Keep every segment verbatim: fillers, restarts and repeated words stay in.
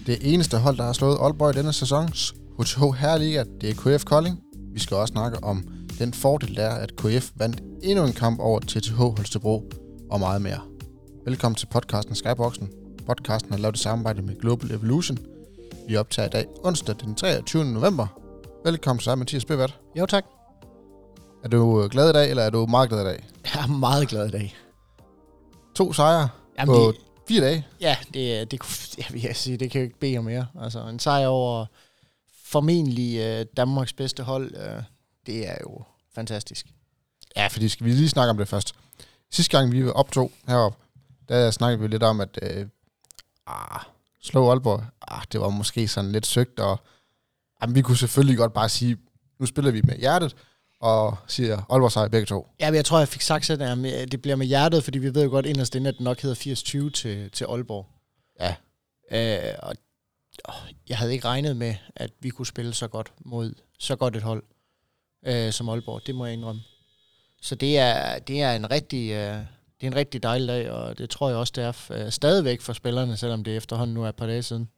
Det eneste hold, der har slået Aalborg i denne sæsons H T H Herreliga, det er K F Kolding. Vi skal også snakke om den fordel, der er, at K F vandt endnu en kamp over T T H Holstebro og meget mere. Velkommen til podcasten Skyboxen. Podcasten har lavet et samarbejde med Global Evolution. Vi optager i dag onsdag den treogtyvende november. Velkommen til dig, Mathias Bevat. Jo, tak. Er du glad i dag, eller er du meget glad i dag? Jeg er meget glad i dag. To sejre Jamen, på det, fire dage. Ja, det, det, jeg vil sige, det kan jeg ikke bede om mere. Altså, en sejr over formentlig uh, Danmarks bedste hold, uh, det er jo fantastisk. Ja, fordi skal vi lige snakke om det først. Sidste gang, vi optog heroppe, der snakkede vi lidt om, at øh, ah, slå Aalborg, ah, det var måske sådan lidt søgt, og ah, vi kunne selvfølgelig godt bare sige, nu spiller vi med hjertet, og siger Aalborg sejr begge to. Ja, men jeg tror, jeg fik sagt sådan, at det bliver med hjertet, fordi vi ved jo godt inderst inde, at det nok hedder firs tyve til, til Aalborg. Ja. Øh, og åh, jeg havde ikke regnet med, at vi kunne spille så godt mod så godt et hold øh, som Aalborg. Det må jeg indrømme. Så det er, det er en rigtig, øh, det er en rigtig dejlig dag, og det tror jeg også, det er øh, stadigvæk for spillerne, selvom det efterhånden nu er et par dage siden.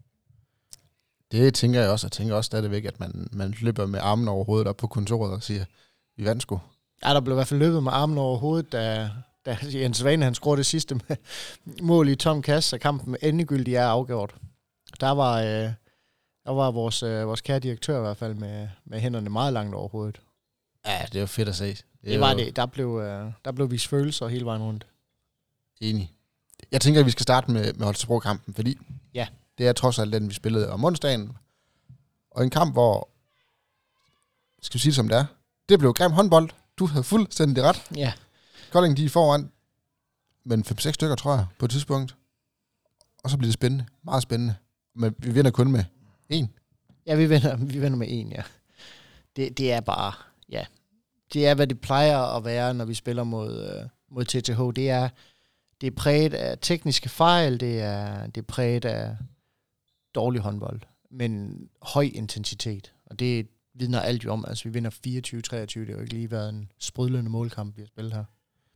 Det tænker jeg også. Jeg tænker også stadigvæk, at man, man løber med armen over hovedet op på kontoret og siger, vi vandt sgu. Ja, der blev i hvert fald løbet med armen over hovedet, da, da Jens Svane, han scorede det sidste med mål i tom kasse, så kampen endegyldigt er afgjort. Der var, øh, der var vores, øh, vores kære direktør i hvert fald med, med hænderne meget langt over hovedet. Ja, det var fedt at se. Det, det var det. Der blev, øh, der blev vist følelser hele vejen rundt. Enig. Jeg tænker, at vi skal starte med, med Holstebro-kampen, fordi ja. det er trods alt den, vi spillede om onsdagen. Og en kamp, hvor, skal vi sige det som det er, det blev grim håndbold. Du havde fuldstændig ret. Ja. Kolding, de er foran, men fem seks stykker, tror jeg, på et tidspunkt. Og så bliver det spændende. Meget spændende. Men vi vinder kun med en. Ja, vi vinder, vi vinder med en, ja. Det, det er bare, ja. Det er, hvad det plejer at være, når vi spiller mod, øh, mod T T H. Det er, det er præget af tekniske fejl, det er, det er præget af dårlig håndbold, men høj intensitet. Og det vidner alt jo om. Altså, vi vinder fireogtyve treogtyve. Det har jo ikke lige været en sprudlende målkamp, vi har spillet her.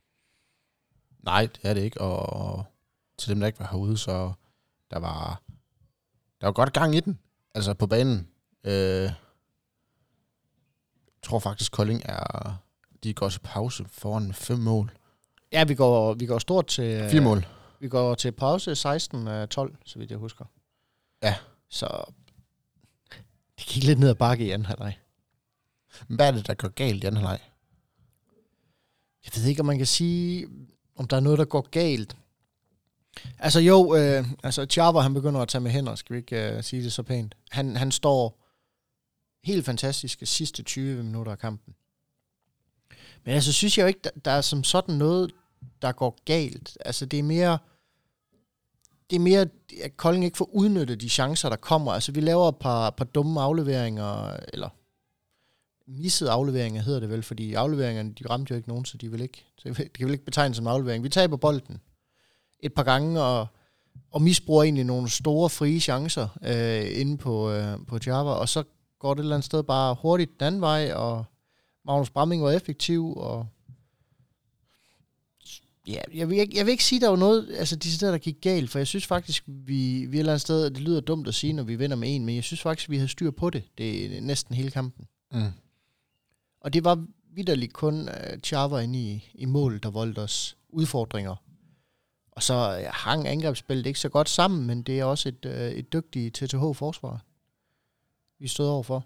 Nej, det er det ikke. Og til dem, der ikke var herude, så der var, der var godt gang i den. Altså på banen. Øh, jeg tror faktisk, Kolding er, de går til pause foran med fem mål. Ja, vi går, vi går stort til... Fire mål. Vi går til pause seksten tolv, så vidt jeg husker. Ja. Så det gik lidt ned ad bakke i anden halvleg. Hvad er det, der går galt i anden halvleg? Jeg ved ikke, om man kan sige, om der er noget, der går galt. Altså jo, øh, altså Chava, han begynder at tage med hænder, skal vi ikke øh, sige det så pænt. Han, han står helt fantastisk de sidste tyve minutter af kampen. Men altså synes jeg jo ikke, der, der er som sådan noget, der går galt. Altså det er mere... Det er mere, at Kolding ikke får udnyttet de chancer, der kommer. Altså, vi laver et par, par dumme afleveringer, eller missede afleveringer hedder det vel, fordi afleveringerne, de ramte jo ikke nogen, så de vil ikke, så det kan vel ikke betegnes som aflevering. Vi taber bolden et par gange, og, og misbruger egentlig nogle store frie chancer øh, inde på, øh, på Java, og så går det et eller andet sted bare hurtigt den anden vej, og Magnus Bramming var effektiv, og ja, jeg vil, ikke, jeg vil ikke sige, at der var noget, altså de steder, der gik galt, for jeg synes faktisk, vi, vi er et eller andet sted, det lyder dumt at sige, når vi vinder med en, men jeg synes faktisk, vi havde styr på det, det er næsten hele kampen. Mm. Og det var vitterligt kun uh, Chava inde i, i mål, der voldte os udfordringer. Og så ja, hang angrebsspillet ikke så godt sammen, men det er også et, uh, et dygtigt T T H-forsvar, vi stod overfor.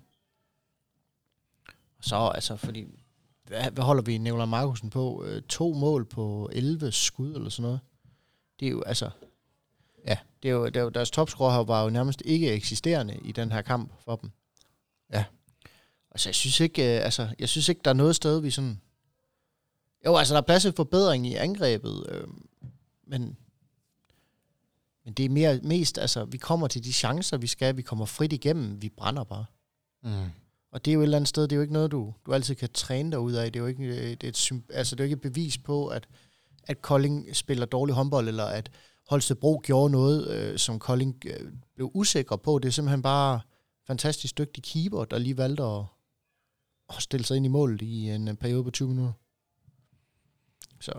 Og så altså, fordi... Hvad, hvad holder vi Nicolai Markusen på? Øh, to mål på elleve skud eller sådan noget. Det er jo altså... Ja. Det er jo, det er jo, deres topscorer var jo nærmest ikke eksisterende i den her kamp for dem. Ja. Altså, jeg synes ikke, øh, altså, jeg synes ikke, der er noget sted, vi sådan... Jo, altså, der er plads til forbedring i angrebet, øh, men... Men det er mere, mest, altså, vi kommer til de chancer, vi skal, vi kommer frit igennem, vi brænder bare. Mm. Og det er jo et eller andet sted, det er jo ikke noget, du, du altid kan træne dig ud af. Det er jo ikke et, et, altså det er jo ikke et bevis på, at, at Kolding spiller dårlig håndbold, eller at Holstebro gjorde noget, øh, som Kolding øh, blev usikre på. Det er simpelthen bare fantastisk dygtig keeper, der lige valgte at, at stille sig ind i målet i en, en periode på tyve minutter. Så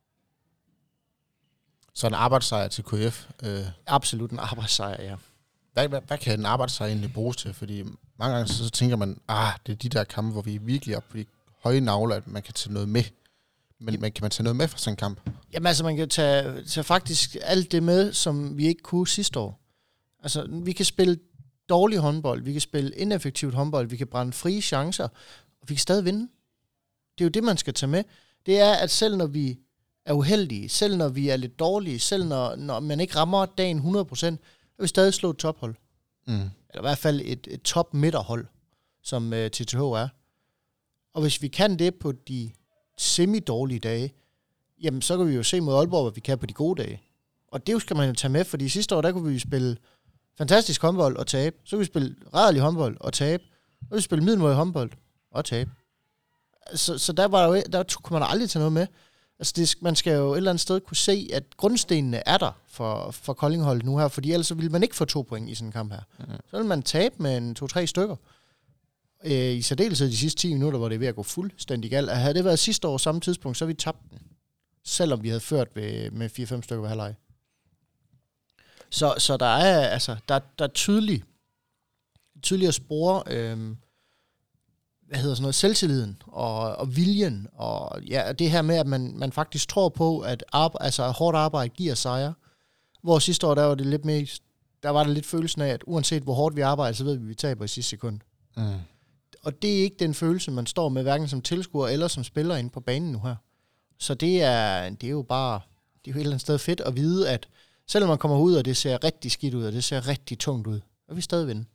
Så en arbejdssejr til K F. Øh. Absolut en arbejdssejr, ja. hvad, hvad, hvad kan en arbejdsdag egentlig bruges til? Fordi mange gange så, så tænker man, ah, det er de der kampe, hvor vi er virkelig op på de høje navler, at man kan tage noget med. Men man, kan man tage noget med fra sådan en kamp? Jamen altså, man kan tage, tage faktisk alt det med, som vi ikke kunne sidste år. Altså, vi kan spille dårlig håndbold, vi kan spille ineffektivt håndbold, vi kan brænde frie chancer, og vi kan stadig vinde. Det er jo det, man skal tage med. Det er, at selv når vi er uheldige, selv når vi er lidt dårlige, selv når, når man ikke rammer dagen hundrede procent, så vil vi stadig slå et tophold. Mm. Eller i hvert fald et, et top-midterhold, som uh, T T H er. Og hvis vi kan det på de semi-dårlige dage, jamen så kan vi jo se mod Aalborg, hvad vi kan på de gode dage. Og det skal man jo tage med, fordi sidste år, der kunne vi spille fantastisk håndbold og tabe. Så kunne vi spille rædderlig håndbold og tabe. Så kunne vi spille middelmådig håndbold og tabe. Så, så der, var jo, der kunne man aldrig tage noget med. Altså det, man skal jo et eller andet sted kunne se, at grundstenene er der for, for Koldingholdet nu her, fordi ellers så ville man ikke få to point i sådan en kamp her. Mm-hmm. Så ville man tabe med en to-tre stykker. Øh, I særdeleshed de sidste ti minutter, hvor det er ved at gå fuldstændig galt. Havde det været sidste år samme tidspunkt, så havde vi tabt den. Selvom vi havde ført ved, med fire-fem stykker ved halvleg. Så, så der er altså der, der er tydeligt tydeligt at spore øh, hvad hedder sådan noget, selvtilliden og, og viljen, og ja, det her med, at man, man faktisk tror på, at arbe- altså, hårdt arbejde giver sejre. Hvor sidste år, der var det lidt mere, der var det lidt følelsen af, at uanset hvor hårdt vi arbejder, så ved vi, at vi taber i sidste sekund. Mm. Og det er ikke den følelse, man står med, hverken som tilskuer eller som spiller inde på banen nu her. Så det er, det er jo bare, det er jo et eller andet sted fedt at vide, at selvom man kommer ud, og det ser rigtig skidt ud, og det ser rigtig tungt ud, og vi stadig vinder.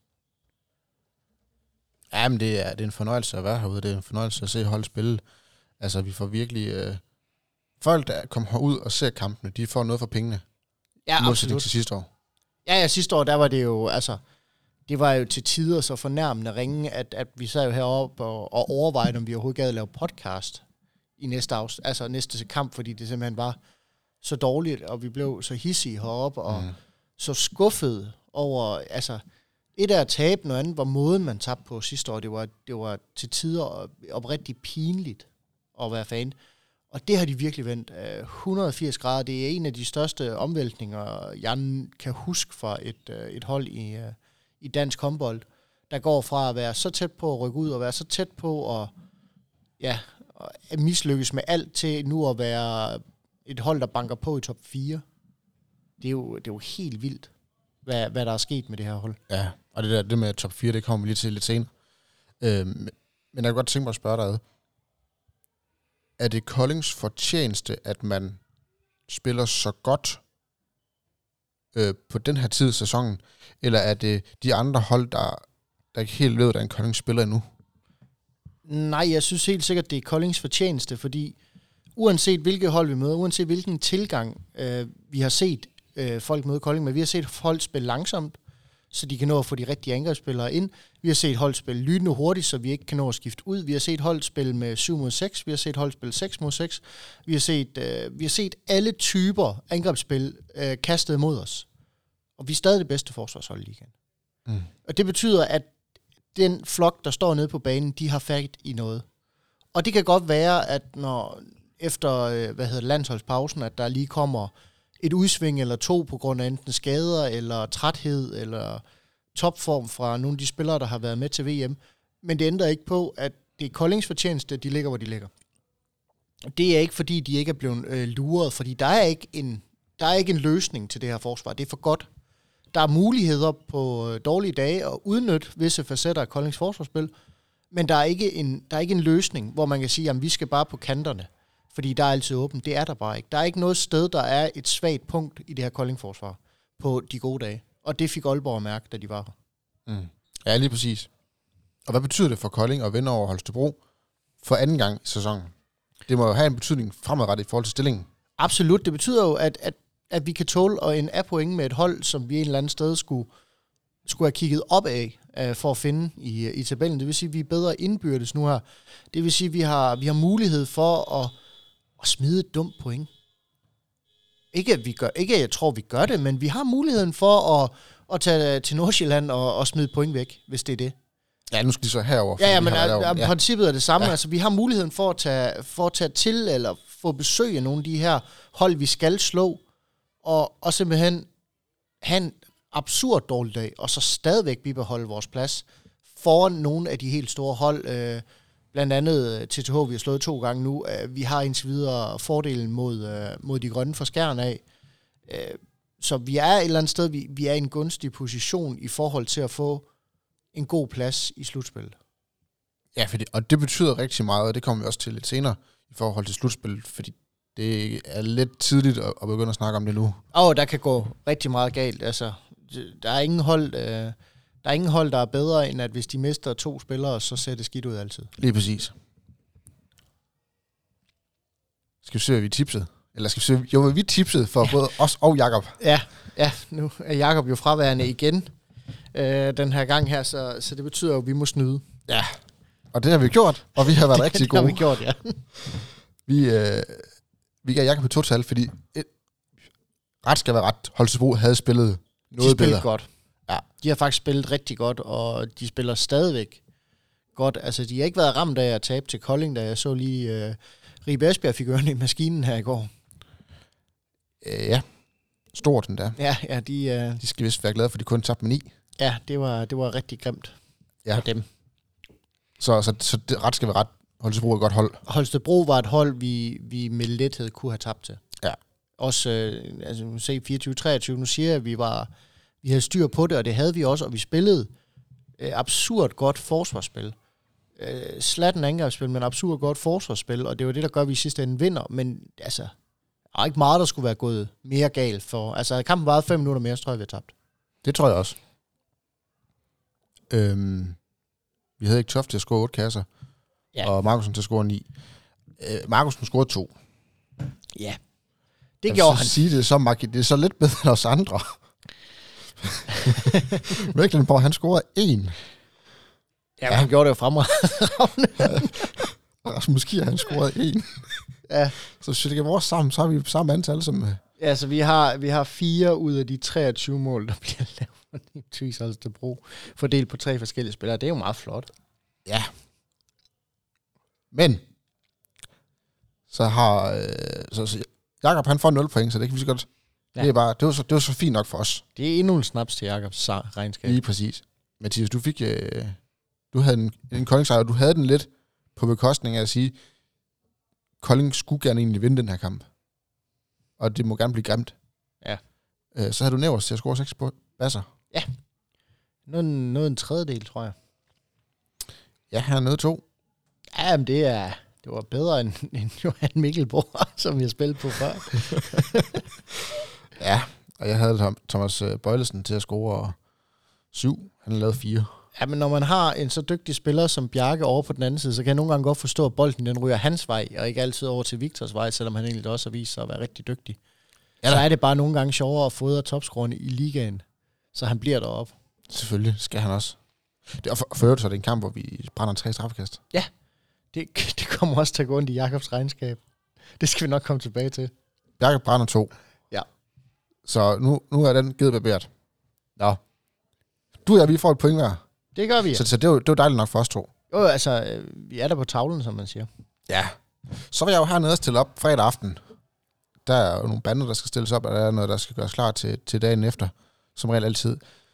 Ja, men det er, det er en fornøjelse at være herude. Det er en fornøjelse at se hold spille. Altså, vi får virkelig... Øh, folk, der kommer herud og ser kampene, de får noget for pengene. Ja, modsætning til sidste år. Ja, ja, sidste år, der var det jo, altså... Det var jo til tider så fornærmende ringe, at, at vi sad jo heroppe og, og overvejede, om vi overhovedet gad at lave podcast i næste, afs- altså næste kamp, fordi det simpelthen var så dårligt, og vi blev så hissige heroppe, og mm. så skuffede over... altså et af at tabe, noget andet var måden, man tabte på sidste år. Det var, det var til tider oprigtigt pinligt at være fan. Og det har de virkelig vendt uh, et hundrede og firs grader. Det er en af de største omvæltninger, jeg kan huske fra et, uh, et hold i, uh, i dansk håndbold, der går fra at være så tæt på at rykke ud, og være så tæt på at, ja, at mislykkes med alt, til nu at være et hold, der banker på i top fire. Det er jo, det er jo helt vildt, hvad, hvad der er sket med det her hold. Ja, og det der det med top fire, det kommer vi lige til lidt senere. Øhm, men jeg kan godt tænke mig at spørge dig, er det Koldings fortjeneste, at man spiller så godt øh, på den her tid af sæsonen, eller er det de andre hold, der, der ikke helt ved, hvordan Kolding spiller endnu? Nej, jeg synes helt sikkert, det er Koldings fortjeneste, fordi uanset hvilket hold vi møder, uanset hvilken tilgang øh, vi har set øh, folk møde Kolding med, vi har set hold spille langsomt, så de kan nå at få de rigtige angrebsspillere ind. Vi har set hold spille lynende hurtigt, så vi ikke kan nå at skifte ud. Vi har set hold spille med syv mod seks. Vi har set hold spille seks mod seks. Vi har set, øh, vi har set alle typer angrebsspil øh, kastet mod os. Og vi er stadig det bedste forsvarshold i ligaen. Mm. Og det betyder, at den flok, der står nede på banen, de har fat i noget. Og det kan godt være, at når efter øh, hvad hedder det, landsholdspausen, at der lige kommer et udsving eller to på grund af enten skader, eller træthed, eller topform fra nogle af de spillere, der har været med til V M. Men det ændrer ikke på, at det er Koldings fortjeneste, de ligger, hvor de ligger. Det er ikke, fordi de ikke er blevet øh, luret, fordi der er, ikke en, der er ikke en løsning til det her forsvar. Det er for godt. Der er muligheder på øh, dårlige dage at udnytte visse facetter af Koldings forsvarsspil, men der er ikke en, der er ikke en løsning, hvor man kan sige, at vi skal bare på kanterne. Fordi der er altid åbent. Det er der bare ikke. Der er ikke noget sted, der er et svagt punkt i det her Kolding-forsvar på de gode dage. Og det fik Aalborg at mærke, da de var her. Mm. Ja, lige præcis. Og hvad betyder det for Kolding at vinde over Holstebro for anden gang i sæsonen? Det må jo have en betydning fremadrettet i forhold til stillingen. Absolut. Det betyder jo, at, at, at vi kan tåle at en A-point med et hold, som vi en eller anden sted skulle, skulle have kigget op af uh, for at finde i, i tabellen. Det vil sige, at vi er bedre indbyrdes nu her. Det vil sige, at vi har, vi har mulighed for at og smide et dumt point. Ikke at, vi gør, ikke at jeg tror, vi gør det, men vi har muligheden for at, at tage til Nordsjælland og, og smide point væk, hvis det er det. Ja, nu skal de så herover. Ja, ja, men er, er, ja. princippet er det samme. Ja. Altså, vi har muligheden for at, tage, for at tage til, eller få besøg af nogle af de her hold, vi skal slå, og, og simpelthen have en absurd dårlig dag, og så stadigvæk bibeholde vores plads foran nogle af de helt store hold. Øh, blandt andet T T H, vi har slået to gange nu. Øh, vi har indtil videre fordelen mod, øh, mod de grønne fra Skjern af. Øh, så vi er et eller andet sted, vi, vi er i en gunstig position i forhold til at få en god plads i slutspillet. Ja, fordi, og det betyder rigtig meget, og det kommer vi også til lidt senere i forhold til slutspillet, fordi det er lidt tidligt at, at begynde at snakke om det nu. Åh, oh, der kan gå rigtig meget galt. Altså, der er ingen hold, øh, der er ingen hold, der er bedre, end at hvis de mister to spillere, så ser det skidt ud altid. Lige præcis. Skal vi se, hvad vi tipsede? Eller skal vi se, jo, hvad vi tipsede for ja. Både os og Jakob? Ja, ja, nu er Jakob jo fraværende igen øh, den her gang her, så, så det betyder jo, at vi må snyde. Ja, og det har vi gjort, og vi har været rigtig det gode. Det har vi gjort, ja. vi, øh, vi gav Jakob på total, fordi et, ret skal være ret. Holstebro havde spillet noget de bedre. Godt. Ja. De har faktisk spillet rigtig godt, og de spiller stadigvæk godt. Altså, de har ikke været ramt af at tabe til Kolding, da jeg så lige øh, Ribe Esbjerg fik ørerne i maskinen her i går. Øh, ja, stort den der. Ja, ja, de... Øh, de skal vist være glade for, de kun tabte med ni. Ja, det var, det var rigtig grimt ja. for dem. Så, så, så det ret skal være ret. Holstebro er et godt hold. Holstebro var et hold, vi, vi med lethed kunne have tabt til. Ja. Også, øh, altså nu se fireogtyve treogtyve, nu siger jeg, at vi var, vi havde styr på det, og det havde vi også, og vi spillede øh, absurd godt forsvarsspil. Øh, slatten angrebsspil, men absurd godt forsvarsspil, og det var det, der gør, at vi i sidste ende vinder, men altså, der er ikke meget, der skulle være gået mere galt for, altså kampen varede fem minutter mere, så tror jeg, vi har tabt. Det tror jeg også. Øhm, vi havde ikke Toft til at score otte kasser, ja. Og Markusen til at score ni. Øh, Markusen scorede to. Ja, det jeg gjorde han. Sige, det, er så, det er så lidt bedre end os andre. Mecklenburg, han scorede en. Ja, ja, han gjorde det jo fremragende. Rasmus Kier, han scorede en. Ja. Så hvis det kan vores sammen, så har vi samme antal som... Ja, så vi har, vi har fire ud af de treogtyve mål, der bliver lavet for Tvis Holstebro, fordelt på tre forskellige spillere. Det er jo meget flot. Ja. Men, så har... Øh, så, så Jakob, han får nul point, så det kan vi så godt... Ja. Det er bare, det var, så, det var så fint nok for os. Det er endnu en snaps til Jakobs regnskab. Lige præcis. Mathias, du fik... Øh, du havde en, en Kolding-sejr, og du havde den lidt på bekostning af at sige, Kolding skulle gerne egentlig vinde den her kamp. Og det må gerne blive grimt. Ja. Øh, så havde du nævnt til at score seks på basser. Ja. Noget, noget en tredjedel, tror jeg. Ja, han er nødt to. Ja, men det er... Det var bedre end, end Johan Mikkelborg, som jeg spillede på før. Ja, og jeg havde Thomas Bøjlesen til at score syv. Han har lavet fire. Ja, men når man har en så dygtig spiller som Bjarke over på den anden side, så kan jeg nogle gange godt forstå, at bolden den ryger hans vej, og ikke altid over til Victors vej, selvom han egentlig også har vist sig at være rigtig dygtig. Ja, så er det bare nogle gange sjovere at fodre topscorerne i ligaen, så han bliver deroppe. Selvfølgelig skal han også. Det er for, for øvrigt så er det en kamp, hvor vi brænder tre straffekast. Ja, det, det kommer også til at gå ind i Jakobs regnskab. Det skal vi nok komme tilbage til. Jakob brænder to. Ja. Så nu, nu er den givet barberet. Nå. Du og jeg, vi får et point hver. Det gør vi. Så, så det, var, det var dejligt nok for os to. Jo, altså, vi er der på tavlen, som man siger. Ja. Så var jeg jo hernede og stille op fredag aften. Der er jo nogle bander, der skal stilles op, og der er noget, der skal gøres klar til, til dagen efter, som regel altid.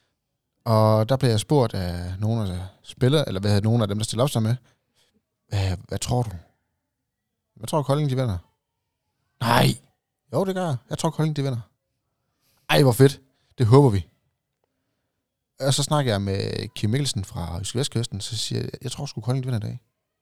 Og der blev jeg spurgt af nogle af spillere, eller hvad havde nogle af dem, der stiller op sig med, hvad, hvad tror du? Hvad tror du, Kolding, de vinder? Nej. Jo, det gør jeg. Jeg tror, Kolding, de vinder. Ej, hvor fedt. Det håber vi. Og så snakker jeg med Kim Mikkelsen fra Jyske Vestkysten, så siger jeg, jeg tror sgu, Kolding, de vinder i dag.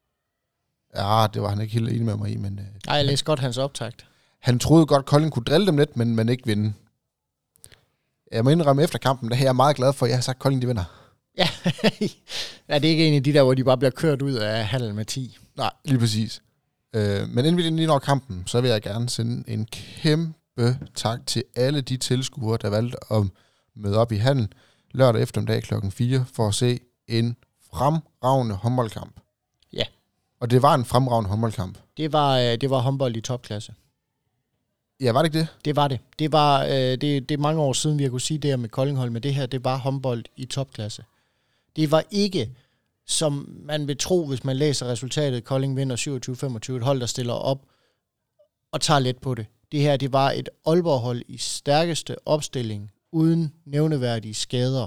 Ja, det var han ikke helt enig med mig i, men... Nej, jeg læste godt hans optakt. Han troede godt, Kolding kunne drille dem lidt, men, men ikke vinde. Jeg må indrømme efter kampen, der er jeg meget glad for, at jeg har sagt, at Kolding, de vinder. Ja, ja, det er ikke en af de der, hvor de bare bliver kørt ud af halv med ti. Nej, lige præcis. Øh, men inden vi lige når kampen, så vil jeg gerne sende en kæmpe tak til alle de tilskuere, der valgte at møde op i hallen lørdag eftermiddag klokken fire for at se en fremragende håndboldkamp. Ja. Og det var en fremragende håndboldkamp. Det var, det var håndbold i topklasse. Ja, var det ikke det? Det var det. Det var øh, det, det er mange år siden, vi har kunne sige det her med Koldinghold, men det her, det var håndbold i topklasse. Det var ikke, som man vil tro, hvis man læser resultatet, Kolding vinder syvogtyve femogtyve, et hold, der stiller op og tager let på det. Det her, det var et Aalborg-hold i stærkeste opstilling uden nævneværdige skader.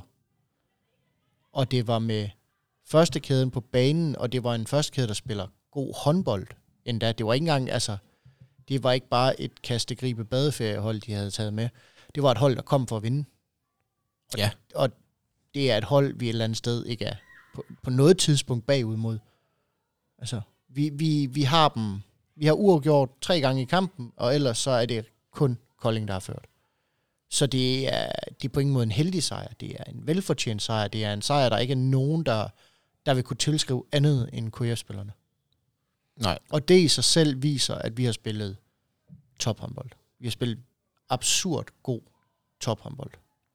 Og det var med førstekæden på banen, og det var en førstekæde, der spiller god håndbold endda. Det var ikke engang, altså, det var ikke bare et kastegribe badeferiehold, de havde taget med. Det var et hold, der kom for at vinde. Og, ja. og det er et hold, vi et eller andet sted ikke er på, på noget tidspunkt bagud mod. Altså, vi, vi, vi har dem, vi har uafgjort tre gange i kampen, og ellers så er det kun Kolding, der har ført. Så det er, det er på ingen måde en heldig sejr. Det er en velfortjent sejr. Det er en sejr, der ikke er nogen, der, der vil kunne tilskrive andet end K F-spillerne. Nej. Og det i sig selv viser, at vi har spillet tophåndbold. Vi har spillet absurd god tophåndbold.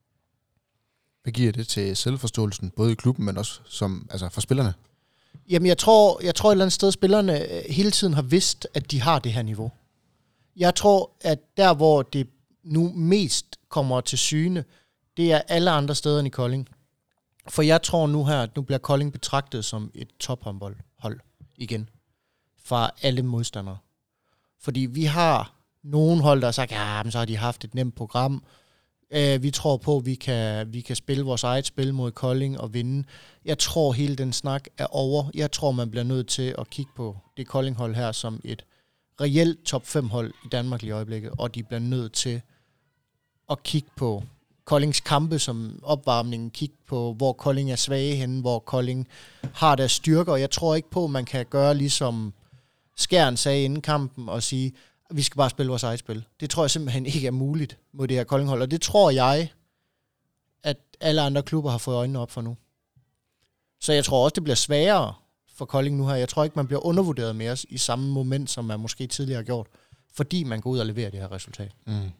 Hvad giver det til selvforståelsen, både i klubben, men også som, altså for spillerne? Jamen, jeg tror, jeg tror et eller andet sted, spillerne hele tiden har vidst, at de har det her niveau. Jeg tror, at der, hvor det nu mest kommer til syne, det er alle andre steder end i Kolding. For jeg tror nu her, at nu bliver Kolding betragtet som et tophåndboldhold igen. Fra alle modstandere. Fordi vi har nogle hold, der har sagt, ja, men så har de haft et nemt program. Uh, vi tror på, at vi kan, vi kan spille vores eget spil mod Kolding og vinde. Jeg tror, hele den snak er over. Jeg tror, man bliver nødt til at kigge på det Kolding-hold her som et reelt top fem hold i Danmark i øjeblikket, og de bliver nødt til at kigge på Koldings kampe som opvarmning, kigge på, hvor Kolding er svage henne, hvor Kolding har deres styrker, og jeg tror ikke på, at man kan gøre ligesom Skjern sagde inden kampen og sige, at vi skal bare spille vores eget spil. Det tror jeg simpelthen ikke er muligt mod det her Kolding-hold, og det tror jeg, at alle andre klubber har fået øjnene op for nu. Så jeg tror også, det bliver sværere for Kolding nu her. Jeg tror ikke, man bliver undervurderet mere i samme moment, som man måske tidligere har gjort, fordi man går ud og leverer det her resultat. Mm.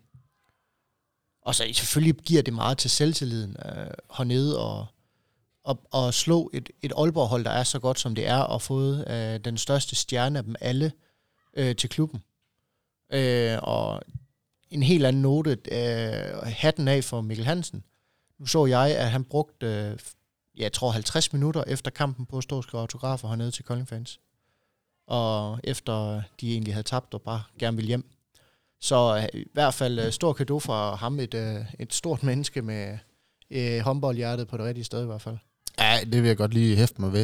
Og så selvfølgelig giver det meget til selvtilliden øh, hernede, og, og, og slå et, et Aalborg-hold, der er så godt, som det er, og fået øh, den største stjerne af dem alle øh, til klubben. Øh, og en helt anden note, øh, hatten af for Mikkel Hansen. Nu så jeg, at han brugte, øh, jeg tror halvtreds minutter efter kampen på at stå og skrive autografer hernede til Kolding-fans. Og efter de egentlig havde tabt og bare gerne ville hjem. Så i hvert fald stor cadeau fra ham, et, et stort menneske med øh, håndboldhjertet på det rigtige sted i hvert fald. Ja, det vil jeg godt lige hæfte mig ved.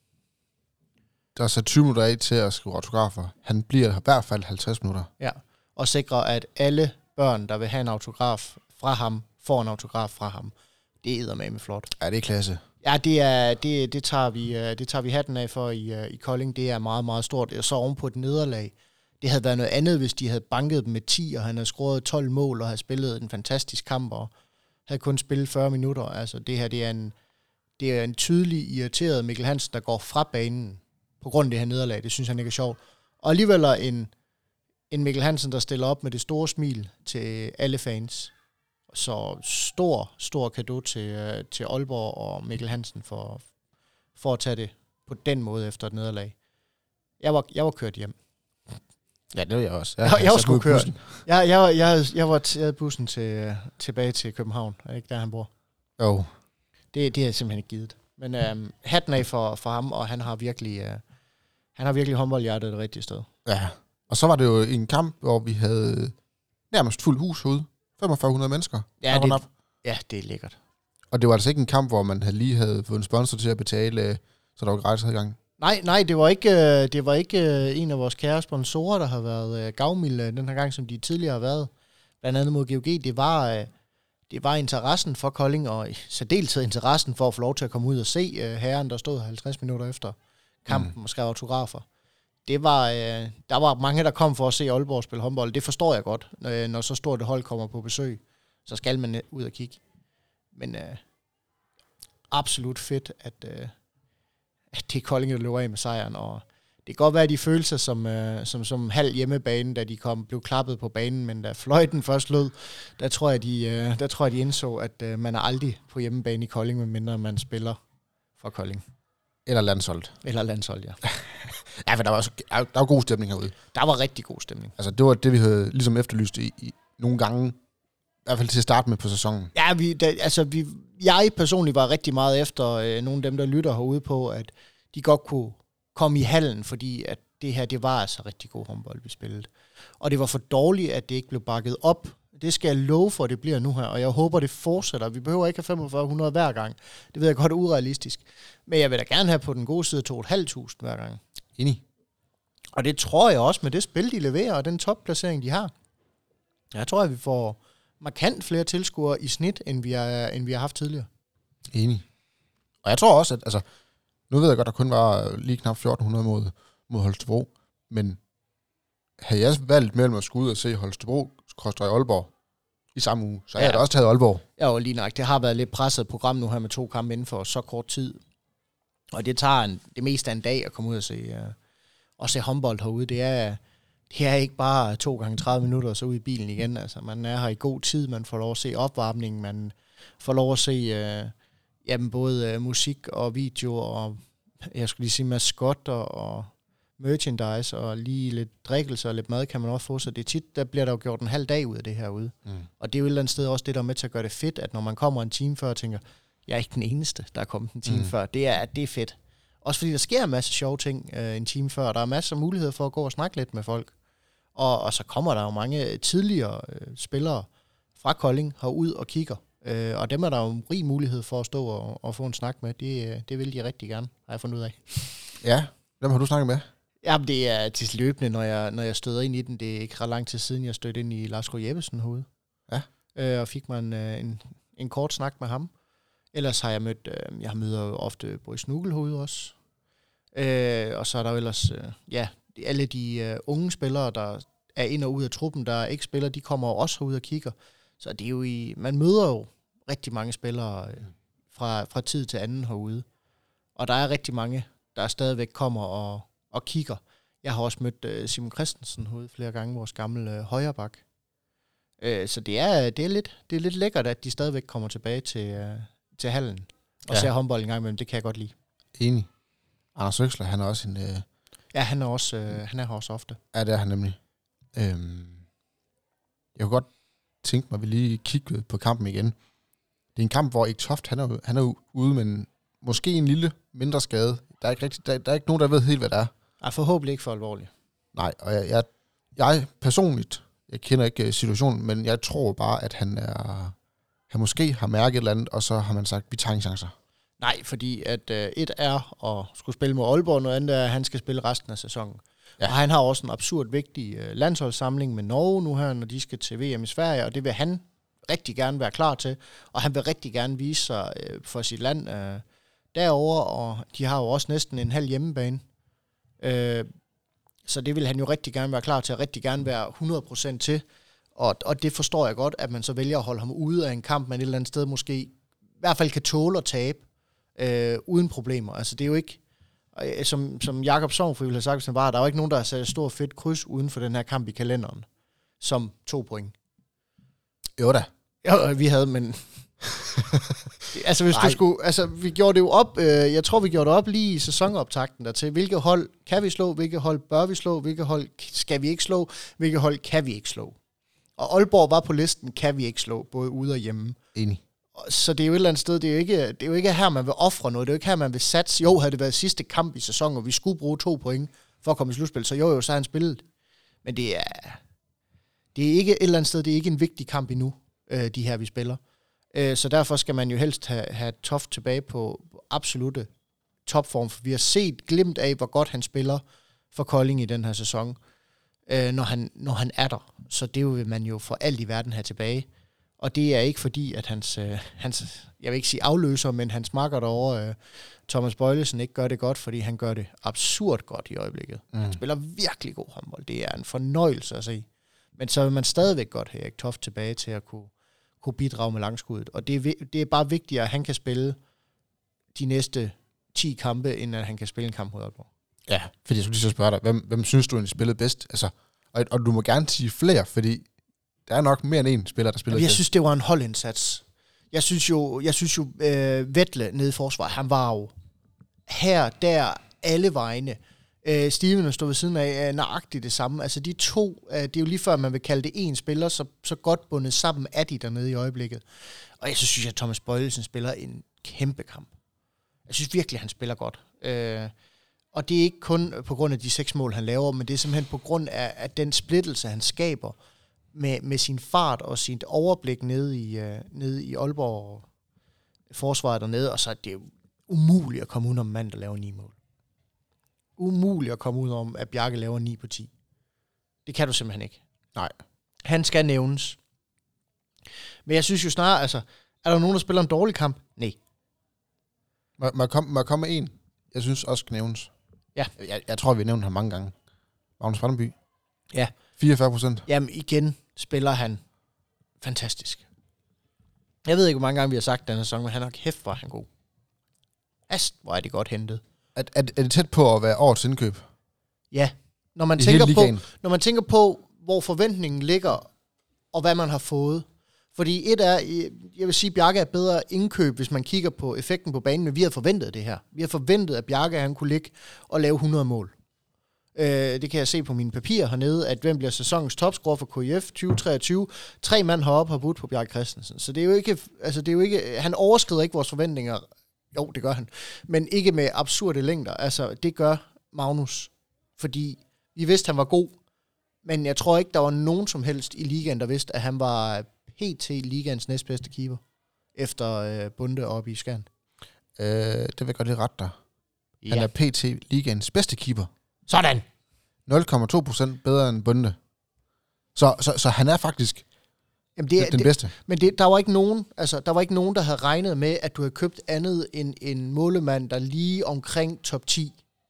Der er så tyve minutter af til at skrive autografer. Han bliver i hvert fald halvtreds minutter. Ja, og sikrer, at alle børn, der vil have en autograf fra ham, får en autograf fra ham. Det er eddermame flot. Ja, det er klasse. Ja, det, er, det, det, tager vi, det tager vi hatten af for i, i Kolding. Det er meget, meget stort. Og så ovenpå et nederlag. Det havde været noget andet, hvis de havde banket dem med ti, og han havde scoret tolv mål, og havde spillet en fantastisk kamp, og havde kun spillet fyrre minutter. Altså, det her, det er en, det er en tydelig, irriteret Mikkel Hansen, der går fra banen på grund af det her nederlag. Det synes han ikke er sjovt. Og alligevel er en, en Mikkel Hansen, der stiller op med det store smil til alle fans. Så stor, stor cadeau til, til Aalborg og Mikkel Hansen for, for at tage det på den måde efter et nederlag. Jeg var, jeg var kørt hjem. Ja, det var jeg også. Jeg, jeg, jeg var sgu kørt. Jeg, jeg, jeg, jeg var taget bussen til, tilbage til København, ikke der han bor. Jo. Det, det er simpelthen ikke givet. Men øhm, hatten af for, for ham, og han har virkelig, øh, han har virkelig håndboldhjertet det rigtige sted. Ja, og så var det jo en kamp, hvor vi havde nærmest fuld hus ude. femogfyrre hundrede mennesker. Ja, det, ja, det er lækkert. Og det var altså ikke en kamp, hvor man havde lige havde fået en sponsor til at betale, så der var gratis adgang. Nej, nej, det var ikke, det var ikke en af vores kære sponsorer, der har været gavmilde den her gang, som de tidligere har været. Blandt andet mod G O G. Det var, det var interessen for Kolding, og i særdeleshed interessen for at få lov til at komme ud og se herren, der stod halvtreds minutter efter kampen mm. og skrev autografer. Det var, der var mange, der kom for at se Aalborg spille håndbold. Det forstår jeg godt. Når så stort et hold kommer på besøg, så skal man ud og kigge. Men øh, absolut fedt, at... Øh, at det er Kolding, der løber af med sejren, og det kan godt være, de følelser som, øh, som, som halv hjemmebane, da de kom, blev klappet på banen, men da fløjten først lød, der tror jeg, de, øh, der tror jeg, de indså, at øh, man er aldrig på hjemmebane i Kolding, medmindre man spiller for Kolding. Eller landsholdt. Eller landshold, ja. Ja, for der var, også, der var god stemning herude. Der var rigtig god stemning. Altså, det var det, vi havde ligesom efterlyst i, i nogle gange, i hvert fald til at starte med på sæsonen. Ja, vi, da, altså, vi, jeg personligt var rigtig meget efter øh, nogle af dem, der lytter herude på, at de godt kunne komme i hallen, fordi at det her, det var altså rigtig god håndbold, vi spillede. Og det var for dårligt, at det ikke blev bakket op Det skal jeg love for, at det bliver nu her, og jeg håber, det fortsætter. Vi behøver ikke have femogfyrre hundrede hver gang. Det ved jeg godt er urealistisk. Men jeg vil da gerne have på den gode side to tusind fem hundrede hver gang. Enig. Og det tror jeg også med det spil, de leverer, og den topplacering, de har. Jeg tror, at vi får markant flere tilskuere i snit, end vi, er, end vi har haft tidligere. Enig. Og jeg tror også, at altså, nu ved jeg godt, der kun var lige knap fjorten hundrede mod, mod Holstebro, men havde jeg valgt mellem at skulle ud og se Holstebro skråstreg Aalborg i samme uge, så ja. Jeg havde da også taget Aalborg. Ja, og lige nok. Det har været lidt presset program nu her med to kampe inden for så kort tid. Og det tager en, det meste af en dag at komme ud og se, uh, og se håndbold herude. Det er, det er ikke bare to gange tredive minutter og så ud i bilen igen. Altså, man er her i god tid, man får lov at se opvarmningen, man får lov at se uh, jamen, både uh, musik og video, og jeg skulle lige sige maskotter og merchandise, og lige lidt drikkelse og lidt mad kan man også få, så det er tit, der bliver der jo gjort en halv dag ud af det herude. Mm. Og det er jo et eller andet sted også det, der er med til at gøre det fedt, at når man kommer en time før og tænker, jeg er ikke den eneste, der er kommet en time mm. før, det er, det er fedt. Også fordi der sker en masse sjove ting øh, en time før, der er masser af muligheder for at gå og snakke lidt med folk. Og, og så kommer der jo mange tidligere øh, spillere fra Kolding herud og kigger, øh, og dem er der jo en rig mulighed for at stå og, og få en snak med. Det, det vil de rigtig gerne, har jeg fundet ud af. Ja, hvem har du snakket med? Jamen, det er til løbende, når jeg, når jeg støder ind i den. Det er ikke ret lang tid siden, jeg stødte ind i Lars K. Jeppesen herude. Ja. Øh, og fik mig en, en, en kort snak med ham. Ellers har jeg mødt, øh, jeg møder jo ofte Boris Snugel herude også. Øh, og så er der jo ellers, øh, ja, alle de øh, unge spillere, der er ind og ud af truppen, der ikke spiller, de kommer jo også herud og kigger. Så det er jo i, man møder jo rigtig mange spillere øh, fra, fra tid til anden herude. Og der er rigtig mange, der stadigvæk kommer og og kigger. Jeg har også mødt uh, Simon Christensen herude flere gange, vores gamle uh, højrebak. Uh, så det er, det, er lidt, det er lidt lækkert, at de stadigvæk kommer tilbage til, uh, til hallen og ja. ser håndbold en gang imellem. Det kan jeg godt lide. Enig. Anders Øksler, han er også en... Uh... Ja, han er også, uh, han er her også ofte. Ja, det er han nemlig. Øhm... Jeg kunne godt tænke mig, at vi lige kigger på kampen igen. Det er en kamp, hvor Erik Toft, han er, han er ude med en, måske en lille mindre skade. Der er, ikke rigtig, der, der er ikke nogen, der ved helt, hvad det er. Ej, forhåbentlig ikke for alvorligt. Nej, og jeg, jeg, jeg personligt, jeg kender ikke situationen, men jeg tror bare, at han er, han måske har mærket et eller andet, og så har man sagt, vi tager ingen chancer. Nej, fordi at uh, et er at skulle spille mod Aalborg, noget andet er, at han skal spille resten af sæsonen. Ja. Og han har også en absurd vigtig uh, landsholdssamling med Norge nu her, når de skal til V M i Sverige, og det vil han rigtig gerne være klar til, og han vil rigtig gerne vise sig uh, for sit land uh, derover, og de har jo også næsten en halv hjemmebane. Øh, så det vil han jo rigtig gerne være klar til, og rigtig gerne være hundrede procent til. Og, og det forstår jeg godt, at man så vælger at holde ham ude af en kamp, man et eller andet sted måske i hvert fald kan tåle at tabe, øh, uden problemer. Altså det er jo ikke, øh, som, som Jakob Sovnfri ville have sagt, hvis han var, der er jo ikke nogen, der har sat et stort fedt kryds uden for den her kamp i kalenderen, som to point. Jo da. Ja, vi havde, men... altså hvis Ej. du skulle, altså vi gjorde det jo op, øh, jeg tror vi gjorde det op lige i sæsonoptakten der til, hvilke hold kan vi slå, hvilke hold bør vi slå, hvilke hold skal vi ikke slå, hvilke hold kan vi ikke slå. Og Aalborg var på listen, kan vi ikke slå, både ude og hjemme. Enig. Så det er jo et eller andet sted, det er jo ikke, det er jo ikke her, man vil ofre noget, det er jo ikke her, man vil satse. Jo, havde det været sidste kamp i sæsonen, og vi skulle bruge to point for at komme i slutspil, så jo jo, så har han spillet. Men det er, det er ikke et eller andet sted, det er ikke en vigtig kamp endnu, øh, de her vi spiller. Så derfor skal man jo helst have, have Toft tilbage på absolutte topform, for vi har set glimt af, hvor godt han spiller for Kolding i den her sæson, når han, når han er der. Så det vil man jo for alt i verden have tilbage. Og det er ikke fordi, at hans, hans jeg vil ikke sige afløser, men hans makker derovre, Thomas Bøjlesen, ikke gør det godt, fordi han gør det absurd godt i øjeblikket. Mm. Han spiller virkelig god håndbold. Det er en fornøjelse at se. Men så vil man stadigvæk godt have Erik Toft tilbage til at kunne kunne bidrage med langskuddet. Og det er, det er bare vigtigt, at han kan spille de næste ti kampe, end at han kan spille en kamp mod Aalborg. Ja, fordi jeg skulle lige så spørge dig, hvem, hvem synes du, han spillede bedst? Altså, og, og du må gerne sige flere, fordi der er nok mere end én spiller, der spillede Jeg bedst. synes, det var en holdindsats. Jeg synes jo, jeg synes jo øh, Vettle nede i forsvar, han var jo her, der, alle vegne. Øh, Steven stod ved siden af nøjagtigt det samme. Altså de to, øh, det er jo lige før, man vil kalde det en spiller, så, så godt bundet sammen er de dernede i øjeblikket. Og jeg så synes, at Thomas Bøjlesen spiller en kæmpe kamp. Jeg synes virkelig, han spiller godt. Øh, og det er ikke kun på grund af de seks mål, han laver, men det er simpelthen på grund af, af den splittelse, han skaber med, med sin fart og sit overblik nede i, uh, nede i Aalborg forsvaret dernede, og så er det jo umuligt at komme ud om en mand, der laver ni mål. Umuligt at komme ud om, at Bjarke laver ni på ti. Det kan du simpelthen ikke. Nej. Han skal nævnes. Men jeg synes jo snarere, altså, er der nogen, der spiller en dårlig kamp? Nej. Må, må, jeg komme, må jeg komme med en? Jeg synes også skal nævnes. Ja. Jeg, jeg tror, vi har nævnt ham mange gange. Magnus Brøndby. Ja. fireogfyrre procent. Jamen igen spiller han fantastisk. Jeg ved ikke, hvor mange gange vi har sagt den her sæson, men han har kæft, hvor er han god. Ast, hvor er det godt hentet. Er, er, er det tæt på at være årets indkøb? Ja. Når man, I tænker hele på, ligaen? når man tænker på, hvor forventningen ligger, og hvad man har fået. Fordi et er, jeg vil sige, at Bjarke er bedre indkøb, hvis man kigger på effekten på banen, men vi har forventet det her. Vi har forventet, at Bjarke han kunne ligge og lave hundrede mål. Øh, det kan jeg se på mine papirer hernede, at hvem bliver sæsonens topscorer for K I F tyve treogtyve. Tre mand heroppe har budt på Bjarke Christensen. Så det er jo ikke, altså det er jo ikke, han overskrider ikke vores forventninger. Jo, det gør han. Men ikke med absurde længder. Altså, det gør Magnus. Fordi vi vidste, han var god. Men jeg tror ikke, der var nogen som helst i ligaen, der vidste, at han var P T ligaens næstbedste keeper. Efter øh, Bunde oppe i Skjern. Øh, det vil jeg godt lige rette dig. Ja. Han er P T ligaens bedste keeper. Sådan! nul komma to procent bedre end Bunde. Så, så, så han er faktisk Jamen det er, den det, bedste. Men det, der var ikke nogen, altså der var ikke nogen, der havde regnet med, at du havde købt andet end en målemand, der lige omkring top ti.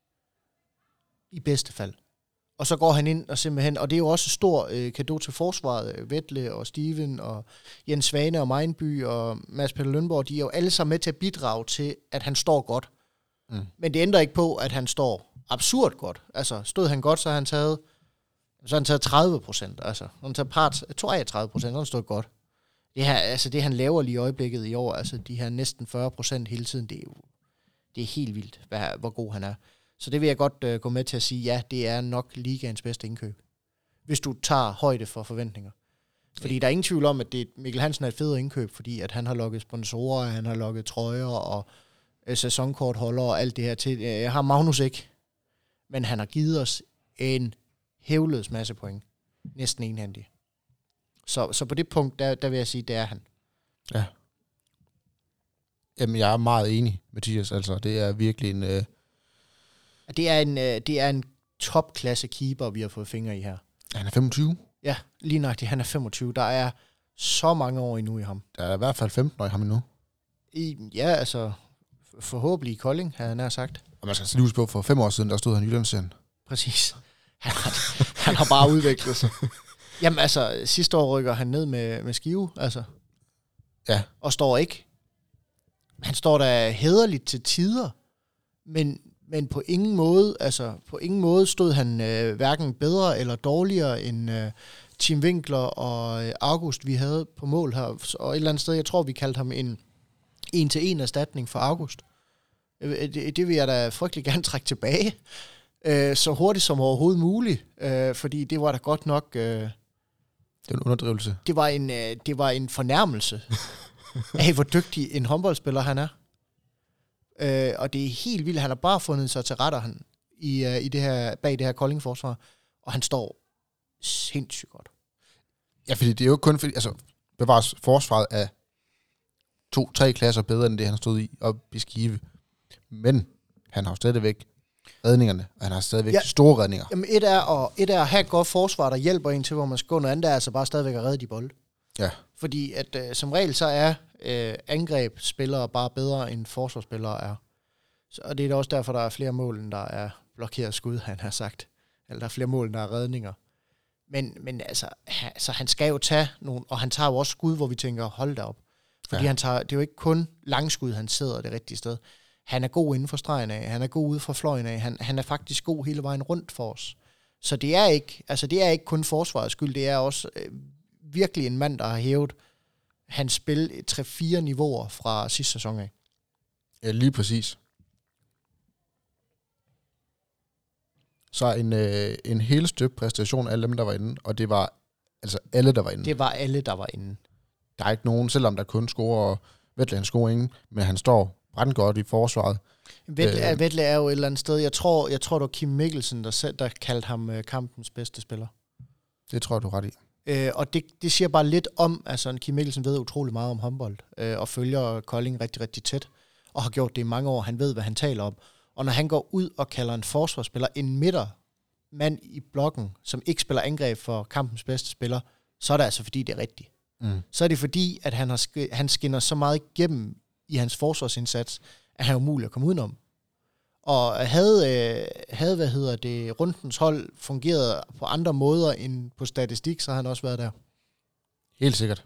I bedste fald. Og så går han ind og simpelthen, og det er jo også et stor øh, cadeau til forsvaret. Vettle og Steven og Jens Svane og Mejnby og Mads Peter Lønborg, de er jo alle sammen med til at bidrage til, at han står godt. Mm. Men det ændrer ikke på, at han står absurd godt. Altså, stod han godt, så har han taget, så har han taget tredive procent. Altså, han taget part, toogtredive procent, så han stod godt. Det her, altså det han laver lige i øjeblikket i år, altså de her næsten fyrre procent hele tiden, det er jo, det er helt vildt, hvad, hvor god han er. Så det vil jeg godt uh, gå med til at sige, ja, det er nok ligaens bedste indkøb. Hvis du tager højde for forventninger. Fordi ja. Der er ingen tvivl om, at det, Mikkel Hansen er et fedt indkøb, fordi at han har lukket sponsorer, han har lukket trøjer og uh, sæsonkortholder og alt det her til. Jeg har Magnus ikke, men han har givet os en hævledes masse point. Næsten enhændig. Så, så på det punkt, der, der vil jeg sige, det er han. Ja. Jamen, jeg er meget enig, Mathias. Altså, det er virkelig en... Øh Det er en, det er en topklasse keeper, vi har fået fingre i her. Han er femogtyve. Ja, lige nøjagtigt. Han er femogtyve. Der er så mange år endnu i ham. Der er i hvert fald femten år i ham endnu. I, ja, altså forhåbentlig i Kolding, havde jeg nær sagt. Og man skal lige huske på, for fem år siden, der stod han i Jyllandsserien. Præcis. Han har, han har bare udviklet sig. Jamen altså, sidste år rykker han ned med, med Skive, altså. Ja. Og står ikke. Han står der hæderligt til tider, men... Men på ingen måde, altså på ingen måde stod han øh, hverken bedre eller dårligere end øh, Tim Winkler og øh, August, vi havde på mål her. Og et eller andet sted, jeg tror, vi kaldte ham en en-til-en erstatning for August. Øh, det, det vil jeg da frygtelig gerne trække tilbage, øh, så hurtigt som overhovedet muligt, øh, fordi det var da godt nok... Øh, det var en underdrivelse. Det var en, øh, det var en fornærmelse af, hvor dygtig en håndboldspiller han er. Øh, og det er helt vildt. Han har bare fundet sig til retter han, i, uh, i det her, bag det her Kolding-forsvar. Og han står sindssygt godt. Ja, fordi det er jo kun fordi, altså, bevares forsvaret af to-tre klasser bedre, end det, han stod i op i Skive. Men han har jo stadigvæk redningerne, og han har stadigvæk ja. store redninger. Jamen, et er, at, et er at have et godt forsvar, der hjælper en til, hvor man skal gå. Noget andet er altså bare stadigvæk at redde de bolde. Ja. Fordi at uh, som regel, så er uh, angrebsspillere bare bedre, end forsvarsspillere er. Så, og det er da også derfor, der er flere mål, end der er blokeret skud, han har sagt. Eller der er flere mål, end der er redninger. Men, men altså, han, så han skal jo tage nogle, og han tager jo også skud, hvor vi tænker, hold da op. Fordi ja. han tager, det er jo ikke kun langskud, han sidder det rigtige sted. Han er god inden for stregen af, han er god ude fra fløjen af, han, han er faktisk god hele vejen rundt for os. Så det er ikke, altså det er ikke kun forsvarets skyld, det er også øh, virkelig en mand, der har hævet hans spil tre-fire niveauer fra sidste sæson af. Ja, lige præcis. Så en, øh, en helt støbt præstation af alle dem, der var inde, og det var altså alle, der var inde. Det var alle, der var inde. Der er ikke nogen, selvom der kun scorer, Vettle han scorer ingen, men han står brandgodt i forsvaret. Vettle, øh, Vettle er jo et eller andet sted, jeg tror, jeg tror det var Kim Mikkelsen, der, selv, der kaldte ham uh, kampens bedste spiller. Det tror jeg, du er ret i. Øh, og det, det siger bare lidt om, altså Kim Mikkelsen ved utrolig meget om håndbold, øh, og følger Kolding rigtig, rigtig tæt, og har gjort det i mange år. Han ved, hvad han taler om. Og når han går ud og kalder en forsvarsspiller en midtermand i blokken, som ikke spiller angreb for kampens bedste spiller, så er det altså, fordi det er rigtigt. Mm. Så er det fordi, at han, har sk- han skinner så meget igennem i hans forsvarsindsats, at han er umulig at komme udenom. Og havde, øh, havde hvad hedder det, rundens hold fungeret på andre måder end på statistik, så har han også været der. Helt sikkert.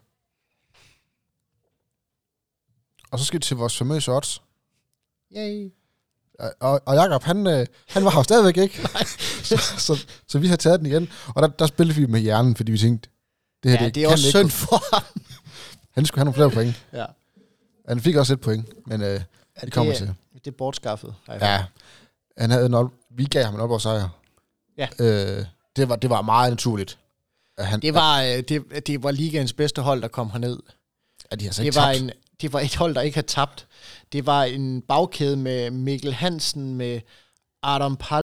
Og så skal vi til vores famøse odds. Yay. Og, og Jakob, han, øh, han var her stadigvæk ikke. så, så, så vi har taget den igen. Og der, der spillede vi med hjernen, fordi vi tænkte, det her, Ja, det, det er kan også ikke synd gå. for ham. Han skulle have nogle flere point. Ja. Han fik også et point, men øh, Ja, det det kommer er- til. Det er bortskaffet. Ja, han havde en Ol- vi gav ham en Aalborg sejr. Ja. Øh, det, var, det var meget naturligt. At han, Det var, øh, det, det var ligaens bedste hold, der kom herned. at de har så Det ikke var, tabt. en, det var et hold, der ikke har tabt. Det var en bagkæde med Mikkel Hansen, med Adam Pal,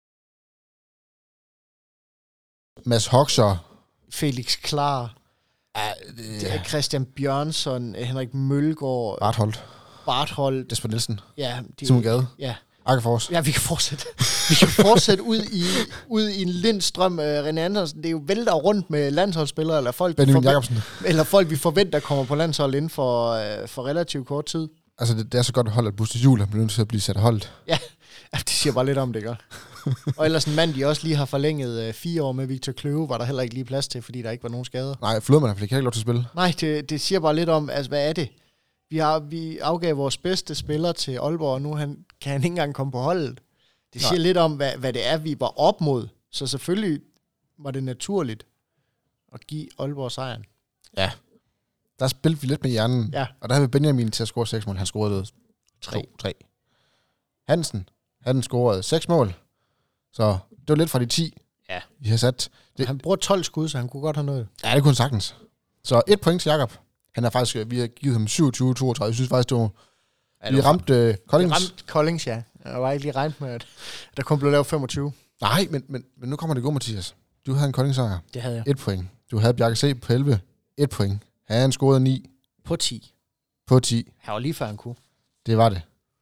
Mads Hoxer. Felix Klar, Ja, ja. Christian Bjørnsson, Henrik Mølgaard, Bartholdt. Barthold. Jesper Nielsen. Ja, de, Simon Gade. ja. Akkefors. ja, vi kan fortsætte. Vi kan fortsætte ud i, ud i en lindstrøm. Uh, René Andersen, det er jo vælter rundt med landsholdsspillere, eller folk, vi Benjamin forvent- Jacobsen. eller folk, vi forventer kommer på landshold inden for, uh, for relativt kort tid. Altså, det, det er så godt at holde, at Buster Juhl er nødt til at blive sat af holdet. Ja, det siger bare lidt om det, gør. Og ellers en mand, de også lige har forlænget øh, fire år med Victor Kløve, var der heller ikke lige plads til, fordi der ikke var nogen skader. Nej, Flodman fik ikke lov til at spille. Nej, det, det siger bare lidt om, altså hvad er det? Vi, har, vi afgav vores bedste spiller til Aalborg, og nu han, kan han ikke engang komme på holdet. Det siger Nej. lidt om, hvad, hvad det er, vi var op mod. Så selvfølgelig var det naturligt at give Aalborg sejren. Ja. Der spillede vi lidt med hjernen. Ja. Og der havde vi Benjamin til at score seks mål. Han scorede Tre. to, tre. Hansen, han scorede seks mål. Så det var lidt fra de ti, Ja. vi har sat. Det, Han bruger tolv skud, så han kunne godt have noget. ja, det kunne han sagtens. Så et point til Jakob. Han er faktisk, vi har givet ham syvogtyve toogtredive. Jeg synes faktisk, det var, Ja, vi det var- ramte øh, Vi Koldings. ramte Koldings, ja. Jeg var ikke lige regnet med, at der kun blev lavet femogtyve. Nej, men, men, men nu kommer det gode, Mathias. Du havde en Koldingssejr. Det havde jeg. Et point. Du havde Bjarke C. på elleve. Et point. Han scorede ni På ti. på ti. Han var lige før han kunne. Det var det.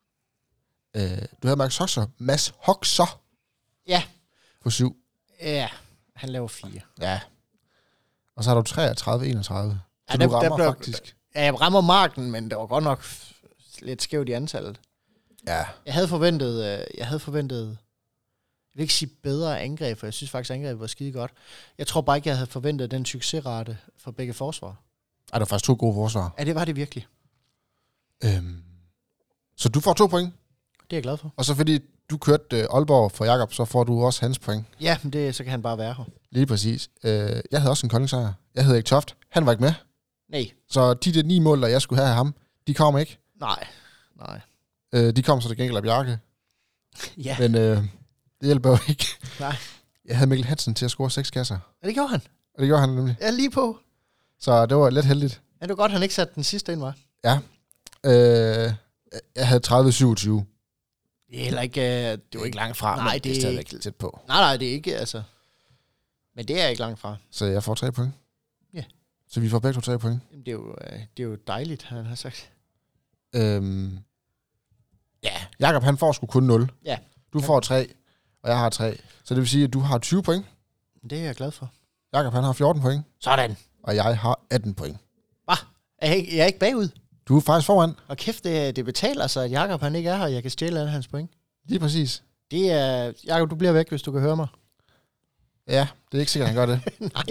Øh, du havde Max Hoxer. Mads Hoxer. Ja. På syv. Ja, han laver fire. Ja. Og så har du treogtredive enogtredive. Så Ja, du der- der rammer blev- faktisk. Ja, jeg rammer marken, men det var godt nok lidt skævt i antallet. Ja. Jeg havde forventet, øh, jeg havde forventet, jeg vil ikke sige bedre angreb, for jeg synes faktisk, at angrebet var skide godt. Jeg tror bare ikke, jeg havde forventet den succesrate for begge forsvar. Ej, der var faktisk to gode forsvar. Ja, det var det virkelig. Øhm. Så du får to point. Det er jeg glad for. Og så fordi du kørte øh, Aalborg for Jakob, så får du også hans point. Ja, men det, så kan han bare være her. Lige præcis. Øh, jeg havde også en Koldingssejr. Jeg havde ikke Toft. Han var ikke med. Nej. Så de der ni mål, der jeg skulle have af ham, de kom ikke. Nej. Nej. Øh, de kom så til gengæld af Bjarke. Ja. Men øh, det hjælper jo ikke. Nej. Jeg havde Mikkel Hansen til at score seks kasser. Ja, det gjorde han. Og det gjorde han nemlig. Ja, lige på. Så det var lidt heldigt. Ja, det var godt, han ikke satte den sidste ind, var. Ja. Øh, jeg havde tredive syvogtyve. Det er heller ikke, øh, det var ikke langt fra, Nej, men det er stadigvæk ikke- tæt på. Nej, nej, det er ikke, altså. Men det er ikke langt fra. Så jeg får tre point. Ja. Så vi får begge to tre point. Jamen, det er jo, øh, det er jo dejligt, han har sagt. Øhm, ja, Jakob han får sgu kun nul. Ja. Du får tre, og jeg har tre. Så det vil sige, at du har tyve point. Det er jeg glad for. Jakob han har fjorten point, Sådan. og jeg har atten point. Bah, er jeg, ikke- jeg er ikke bagud. Du er faktisk foran. Og kæft, det, det betaler sig, at Jakob han ikke er her, og jeg kan stjæle alle hans point. Lige præcis. Det er... Jakob, du bliver væk, hvis du kan høre mig. Ja, det er ikke sikkert, han gør det. Nej.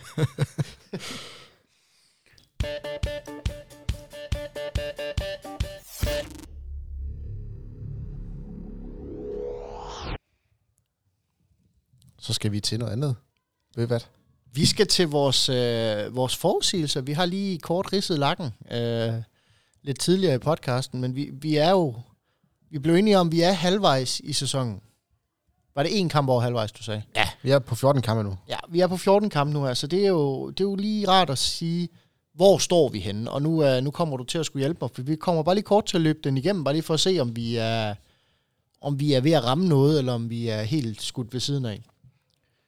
Så skal vi til noget andet. Ved I hvad? Vi skal til vores, øh, vores forudsigelser. Vi har lige kort ridset lakken øh, lidt tidligere i podcasten, men vi, vi er jo... Vi blev enige om, at vi er halvvejs i sæsonen. Var det en kamp over halvvejs, du sagde? Ja. Vi er på fjorten kampe nu. Ja, vi er på fjorten kampe nu her, så det er jo, det er jo lige rart at sige, hvor står vi henne? Og nu, uh, nu kommer du til at skulle hjælpe mig, for vi kommer bare lige kort til at løbe den igennem, bare lige for at se, om vi er, om vi er ved at ramme noget, eller om vi er helt skudt ved siden af.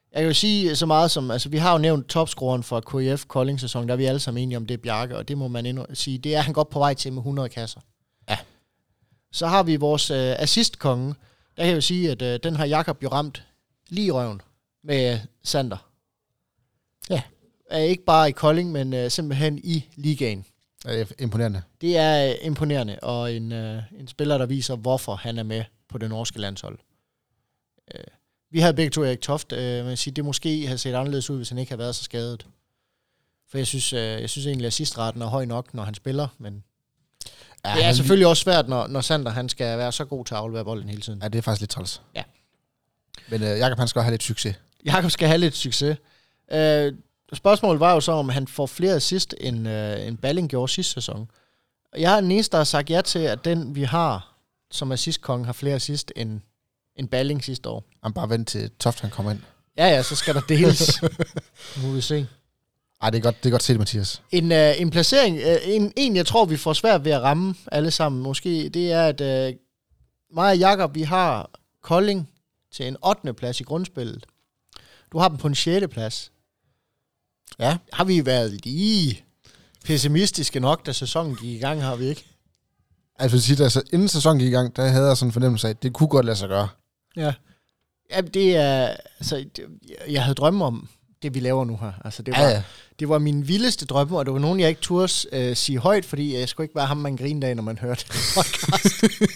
Jeg kan jo sige så meget som, altså vi har jo nævnt topscoreren fra K I F Kolding-sæsonen, der er vi alle sammen enige om, det er Bjarke, og det må man endnu sige, det er han godt på vej til med hundrede kasser. Ja. Så har vi vores øh, assistkonge, der kan jeg jo sige, at øh, den har Jakob jo ramt lige i røven med øh, Sander. Ja. Er ikke bare i Kolding, men øh, simpelthen i ligaen. Det er imponerende. Det er øh, imponerende, og en, øh, en spiller, der viser, hvorfor han er med på det norske landshold. Øh, vi havde begge to Erik Toft, øh, men sige, det måske havde set anderledes ud, hvis han ikke havde været så skadet. For jeg synes, øh, jeg synes egentlig, at assistraten er høj nok, når han spiller, men ja, det er selvfølgelig lige også svært, når, når Sander han skal være så god til at aflevere bolden hele tiden. Ja, det er faktisk lidt træls. Ja. Men øh, Jakob, han skal have lidt succes. Jakob skal have lidt succes. Øh, spørgsmålet var jo så, om han får flere assist, end, øh, end Balling gjorde sidste sæson. Jeg er den eneste, der har sagt ja til, at den vi har som assistkonge har flere assist, end, end Balling sidste år. Han bare vent til Toft, han kommer ind. Ja, ja, så skal der deles. Nu må vi se. Ej, det er godt, det er godt set, Mathias. En, øh, en placering, øh, en, en jeg tror, vi får svært ved at ramme alle sammen, måske, det er, at øh, mig og Jakob, vi har Kolding til en ottende plads i grundspillet. Du har dem på en sjette plads. Ja. Har vi været lige pessimistiske nok, da sæsonen gik i gang, har vi ikke? Altså, jeg sige, altså, inden sæsonen gik i gang, der havde jeg sådan en fornemmelse af, at det kunne godt lade sig gøre. Ja. Ja, det er, altså, det, jeg havde drømme om det, vi laver nu her. Altså, det var, Ja, ja. det var min vildeste drømme, og det var nogen, jeg ikke turde øh, sige højt, fordi jeg skulle ikke være ham, man griner af, når man hørte podcast.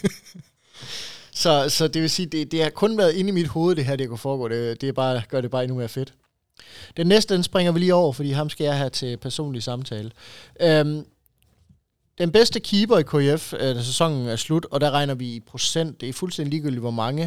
så, så det vil sige, det, det har kun været inde i mit hoved, det her, det kunne foregå. Det, det er bare, gør det bare endnu mere fedt. Den næste, den springer vi lige over, fordi ham skal jeg have til personlig samtale. Øhm, den bedste keeper i K I F, øh, da sæsonen er slut, og der regner vi i procent. Det er fuldstændig ligegyldigt, hvor mange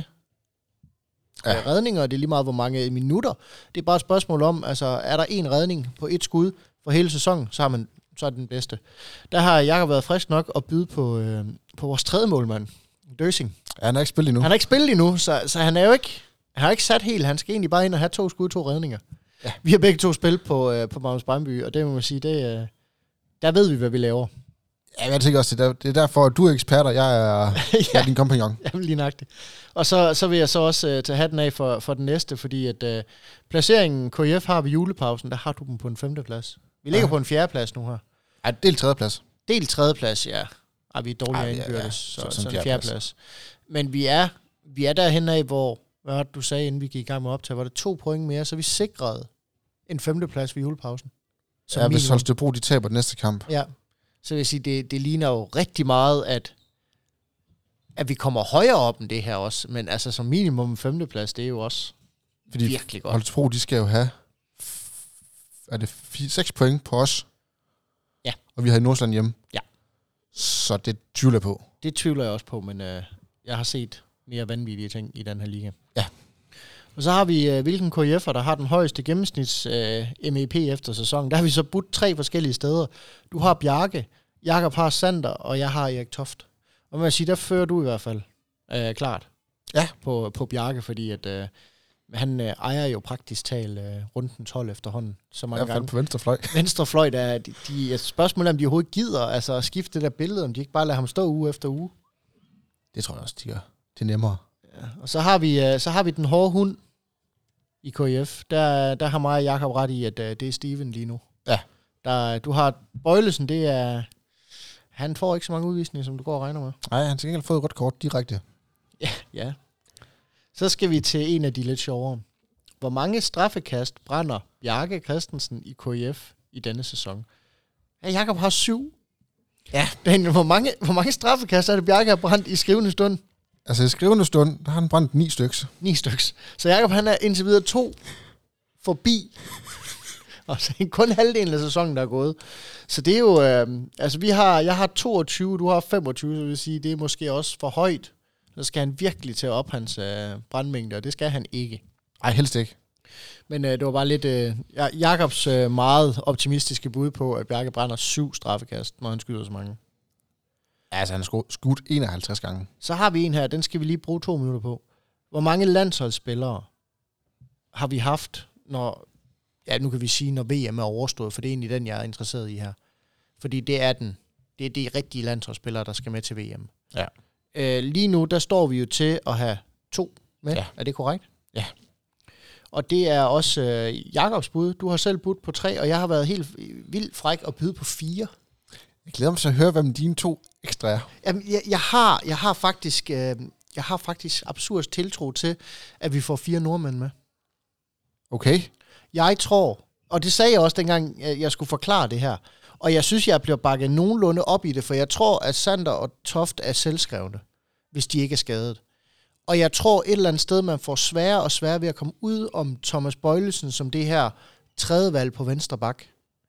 ja. øh, redninger, og det er lige meget, hvor mange minutter. Det er bare et spørgsmål om, altså er der en redning på et skud for hele sæsonen, så, har man, så er det den bedste. Der har Jakob været frisk nok at byde på, øh, på vores tredje målmand, Døsing. Ja, han har ikke spillet endnu. Han har ikke spillet endnu, så, så han er jo ikke, han har ikke sat helt. Han skal egentlig bare ind og have to skud, to redninger. Ja. Vi har begge to spillet på, øh, på Magnus Brandby, og det må man sige, det, øh, der ved vi, hvad vi laver. Ja, jeg tænker også, det er, det er derfor, at du er ekspert, og jeg er, ja. jeg er din kompagnon. Jamen, lige nøjagtigt. Og så, så vil jeg så også øh, tage hatten af for, for den næste, fordi at øh, placeringen K I F har ved julepausen, der har du dem på en femteplads. Vi ligger ja. på en fjerdeplads nu her. Ja, del tredjeplads. Del tredjeplads, ja. Ej, vi er dårligere indbyrdes, ja, ja. så, så, så en fjerdeplads. Men vi er, vi er derhen af, hvor, hvad var det, du sagde, inden vi gik i gang med optag, var det to point mere, så vi sikrede en femteplads ved julepausen. Ja, minimum. Hvis Holstebro, de taber den næste kamp. Ja, så vil jeg sige, det, det ligner jo rigtig meget, at, at vi kommer højere op end det her også, men altså som minimum en femteplads, det er jo også fordi virkelig godt. Holstebro, de skal jo have, er det fire, seks point på os? Ja. Og vi har i Nordsjælland hjemme. Ja. Så det tvivler jeg på. Det tvivler jeg også på, men øh, jeg har set mere vanvittige ting i den her liga. Ja. Og så har vi, øh, hvilken K I F'er, der har den højeste gennemsnits øh, M E P efter sæsonen. Der har vi så budt tre forskellige steder. Du har Bjarke, Jakob har Sander, og jeg har Erik Toft. Og man kan sige, der fører du i hvert fald øh, klart ja. på, på Bjarke, fordi at, øh, han øh, ejer jo praktisk talt øh, runden tolv efterhånden. Så mange I hvert fald på venstre fløj. Venstre fløj, der de, de, spørgsmålet er, om de overhovedet gider altså, at skifte det der billede, om de ikke bare lader ham stå uge efter uge. Det tror jeg også, de gør. Det er nemmere. Ja, og så har, vi, øh, så har vi den hårde hund i K I F. Der, der har mig og Jakob ret i, at øh, det er Steven lige nu. Ja. Der, du har Bøjlesen, det er... Han får ikke så mange udvisninger, som du går og regner med. Nej, han skal ikke få et rødt kort direkte. Ja, ja. Så skal vi til en af de lidt sjovere. Hvor mange straffekast brænder Bjarke Christensen i K I F i denne sæson? Ja, Jakob har syv. Ja. Men hvor mange, hvor mange straffekast er det, Bjarke har brændt i skrivende stund? Altså i skrivende stund, der har han brændt ni styks. Ni styks. Så Jakob, han er indtil videre to forbi. Og så kun halvdelen af sæsonen, der er gået. Så det er jo... Øh, altså, vi har, jeg har toogtyve, du har femogtyve, så vil sige, det er måske også for højt. Så skal han virkelig tage op hans øh, brandmængde, og det skal han ikke. Ej, helst ikke. Men øh, det var bare lidt... Øh, Jakobs øh, meget optimistiske bud på, at Bjarke brænder syv straffekast, når han skyder så mange. Ja, altså han har skudt enoghalvtreds gange. Så har vi en her, den skal vi lige bruge to minutter på. Hvor mange landsholdsspillere har vi haft, når... Ja, nu kan vi sige, når V M er overstået, for det er egentlig den, jeg er interesseret i her. Fordi det er den. Det er de rigtige landsholdsspillere, der skal med til V M. Ja. Øh, lige nu, der står vi jo til at have to med. Ja. Er det korrekt? Ja. Og det er også øh, Jakobs bud. Du har selv budt på tre, og jeg har været helt vildt fræk og byde på fire. Jeg glæder mig til at høre, hvem dine to ekstra er. Jamen, jeg, jeg, har, jeg, har faktisk, øh, jeg har faktisk absurd tiltro til, at vi får fire nordmænd med. Okay. Jeg tror, og det sagde jeg også dengang, jeg skulle forklare det her, og jeg synes, jeg bliver bakket nogenlunde op i det, for jeg tror, at Sander og Toft er selvskrevne, hvis de ikke er skadet. Og jeg tror et eller andet sted, man får sværere og sværere ved at komme ud om Thomas Bøjlesen som det her tredje valg på venstre bak.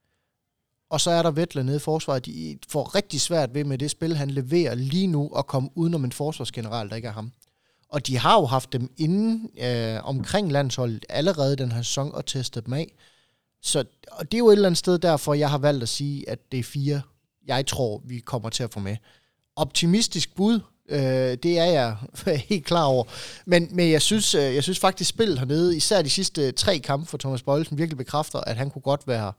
Og så er der Vettel nede i forsvaret. De får rigtig svært ved med det spil, han leverer lige nu, at komme udenom en forsvarsgeneral, der ikke er ham. Og de har jo haft dem inden øh, omkring landsholdet allerede den her sæson og testet dem af. Så og det er jo et eller andet sted derfor, jeg har valgt at sige, at det er fire, jeg tror, vi kommer til at få med. Optimistisk bud, øh, det er jeg helt klar over. Men, men jeg, synes, øh, jeg synes faktisk, spillet hernede, især de sidste tre kampe for Thomas Bøjlesen, virkelig bekræfter, at han kunne godt være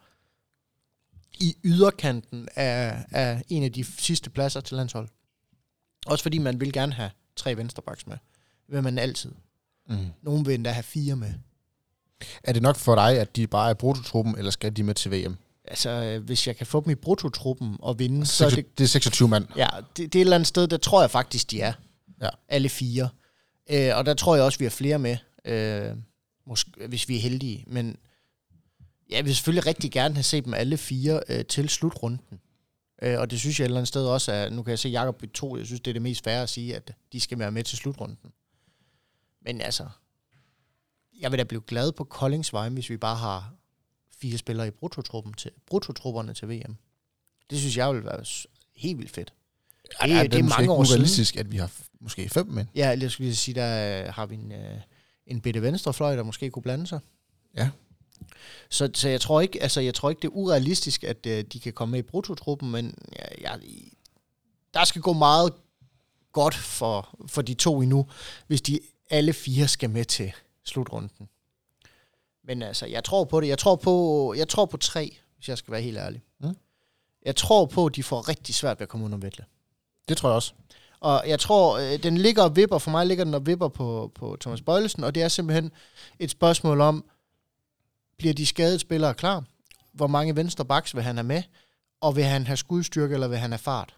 i yderkanten af, af en af de sidste pladser til landshold. Også fordi man vil gerne have tre venstrebacks med. Det vil man altid. Mm. Nogen vil endda have fire med. Er det nok for dig, at de bare er brutotruppen, eller skal de med til V M? Altså, hvis jeg kan få dem i brutotruppen og vinde, så er det... Det er seksogtyve mand. Ja, det, det er et eller andet sted, der tror jeg faktisk, de er. Ja. Alle fire. Øh, og der tror jeg også, vi har flere med, øh, måske, hvis vi er heldige. Men jeg vil selvfølgelig rigtig gerne have set dem alle fire øh, til slutrunden. Øh, og det synes jeg et eller andet sted også er, nu kan jeg se Jakob bytte to, jeg synes, det er det mest fair at sige, at de skal være med til slutrunden. Men altså, jeg vil da blive glad på Koldings vej, hvis vi bare har fire spillere i brutotruppen til, brutotrupperne til V M. Det synes jeg vil være helt vildt fedt. Det, ja, det, er, det er mange år realistisk, at vi har måske fem mænd. Ja, jeg skulle lige sige, der har vi en, en bitte venstrefløj, der måske kunne blande sig. Ja. Så, så jeg tror ikke, altså jeg tror ikke, det er urealistisk, at uh, de kan komme med i brutotruppen, men ja, ja, der skal gå meget godt for, for de to endnu, hvis de alle fire skal med til slutrunden. Men altså, jeg tror på det. Jeg tror på, jeg tror på tre, hvis jeg skal være helt ærlig. Mm. Jeg tror på, at de får rigtig svært ved at komme under Vettel. Det tror jeg også. Og jeg tror, den ligger og vipper, for mig ligger den og vipper på, på Thomas Bøjlesen, og det er simpelthen et spørgsmål om, bliver de skadede spillere klar? Hvor mange venstre backs vil han have med? Og vil han have skudstyrke, eller vil han have fart?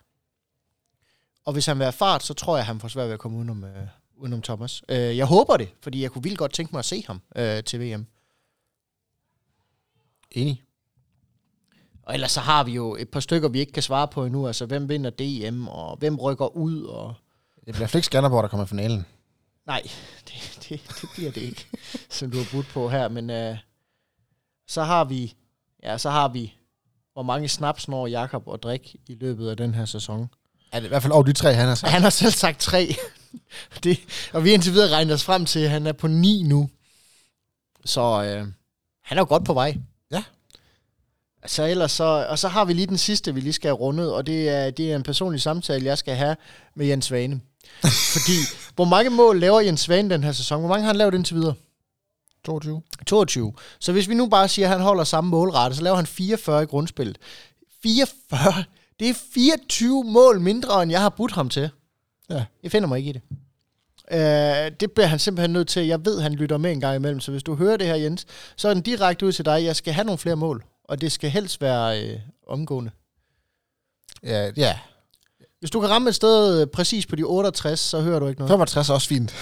Og hvis han vil have fart, så tror jeg, han får svært ved at komme udenom, øh, udenom Thomas. Øh, jeg håber det, fordi jeg kunne vildt godt tænke mig at se ham øh, til V M. Enig. Og ellers så har vi jo et par stykker, vi ikke kan svare på endnu. Altså, hvem vinder D M, og hvem rykker ud? Og det bliver Flix Skanderborg, der kommer i finalen. Nej, det, det, det bliver det ikke, som du har budt på her. Men øh, så har vi, ja, så har vi, hvor mange snaps når Jakob og Drik i løbet af den her sæson. Er det i hvert fald over de tre, han har sagt? Han har selv sagt tre. det, og vi har indtil videre regnet os frem til, at han er på ni nu. Så øh, han er jo godt på vej. Ja. Så ellers så, og så har vi lige den sidste, vi lige skal have rundet, og det er, det er en personlig samtale, jeg skal have med Jens Svane. Fordi, hvor mange mål laver Jens Svane den her sæson? Hvor mange har han lavet indtil videre? toogtyve. toogtyve. Så hvis vi nu bare siger, at han holder samme målrate, så laver han fireogfyrre i grundspillet. fireogfyrre? Det er fireogtyve mål mindre, end jeg har budt ham til. Ja. Jeg finder mig ikke i det. Uh, det bliver han simpelthen nødt til. Jeg ved, han lytter med en gang imellem, så hvis du hører det her, Jens, så er den direkte ud til dig. Jeg skal have nogle flere mål, og det skal helst være øh, omgående. Ja, ja. Hvis du kan ramme et sted præcis på de otteogtres, så hører du ikke noget. femogtres er også fint.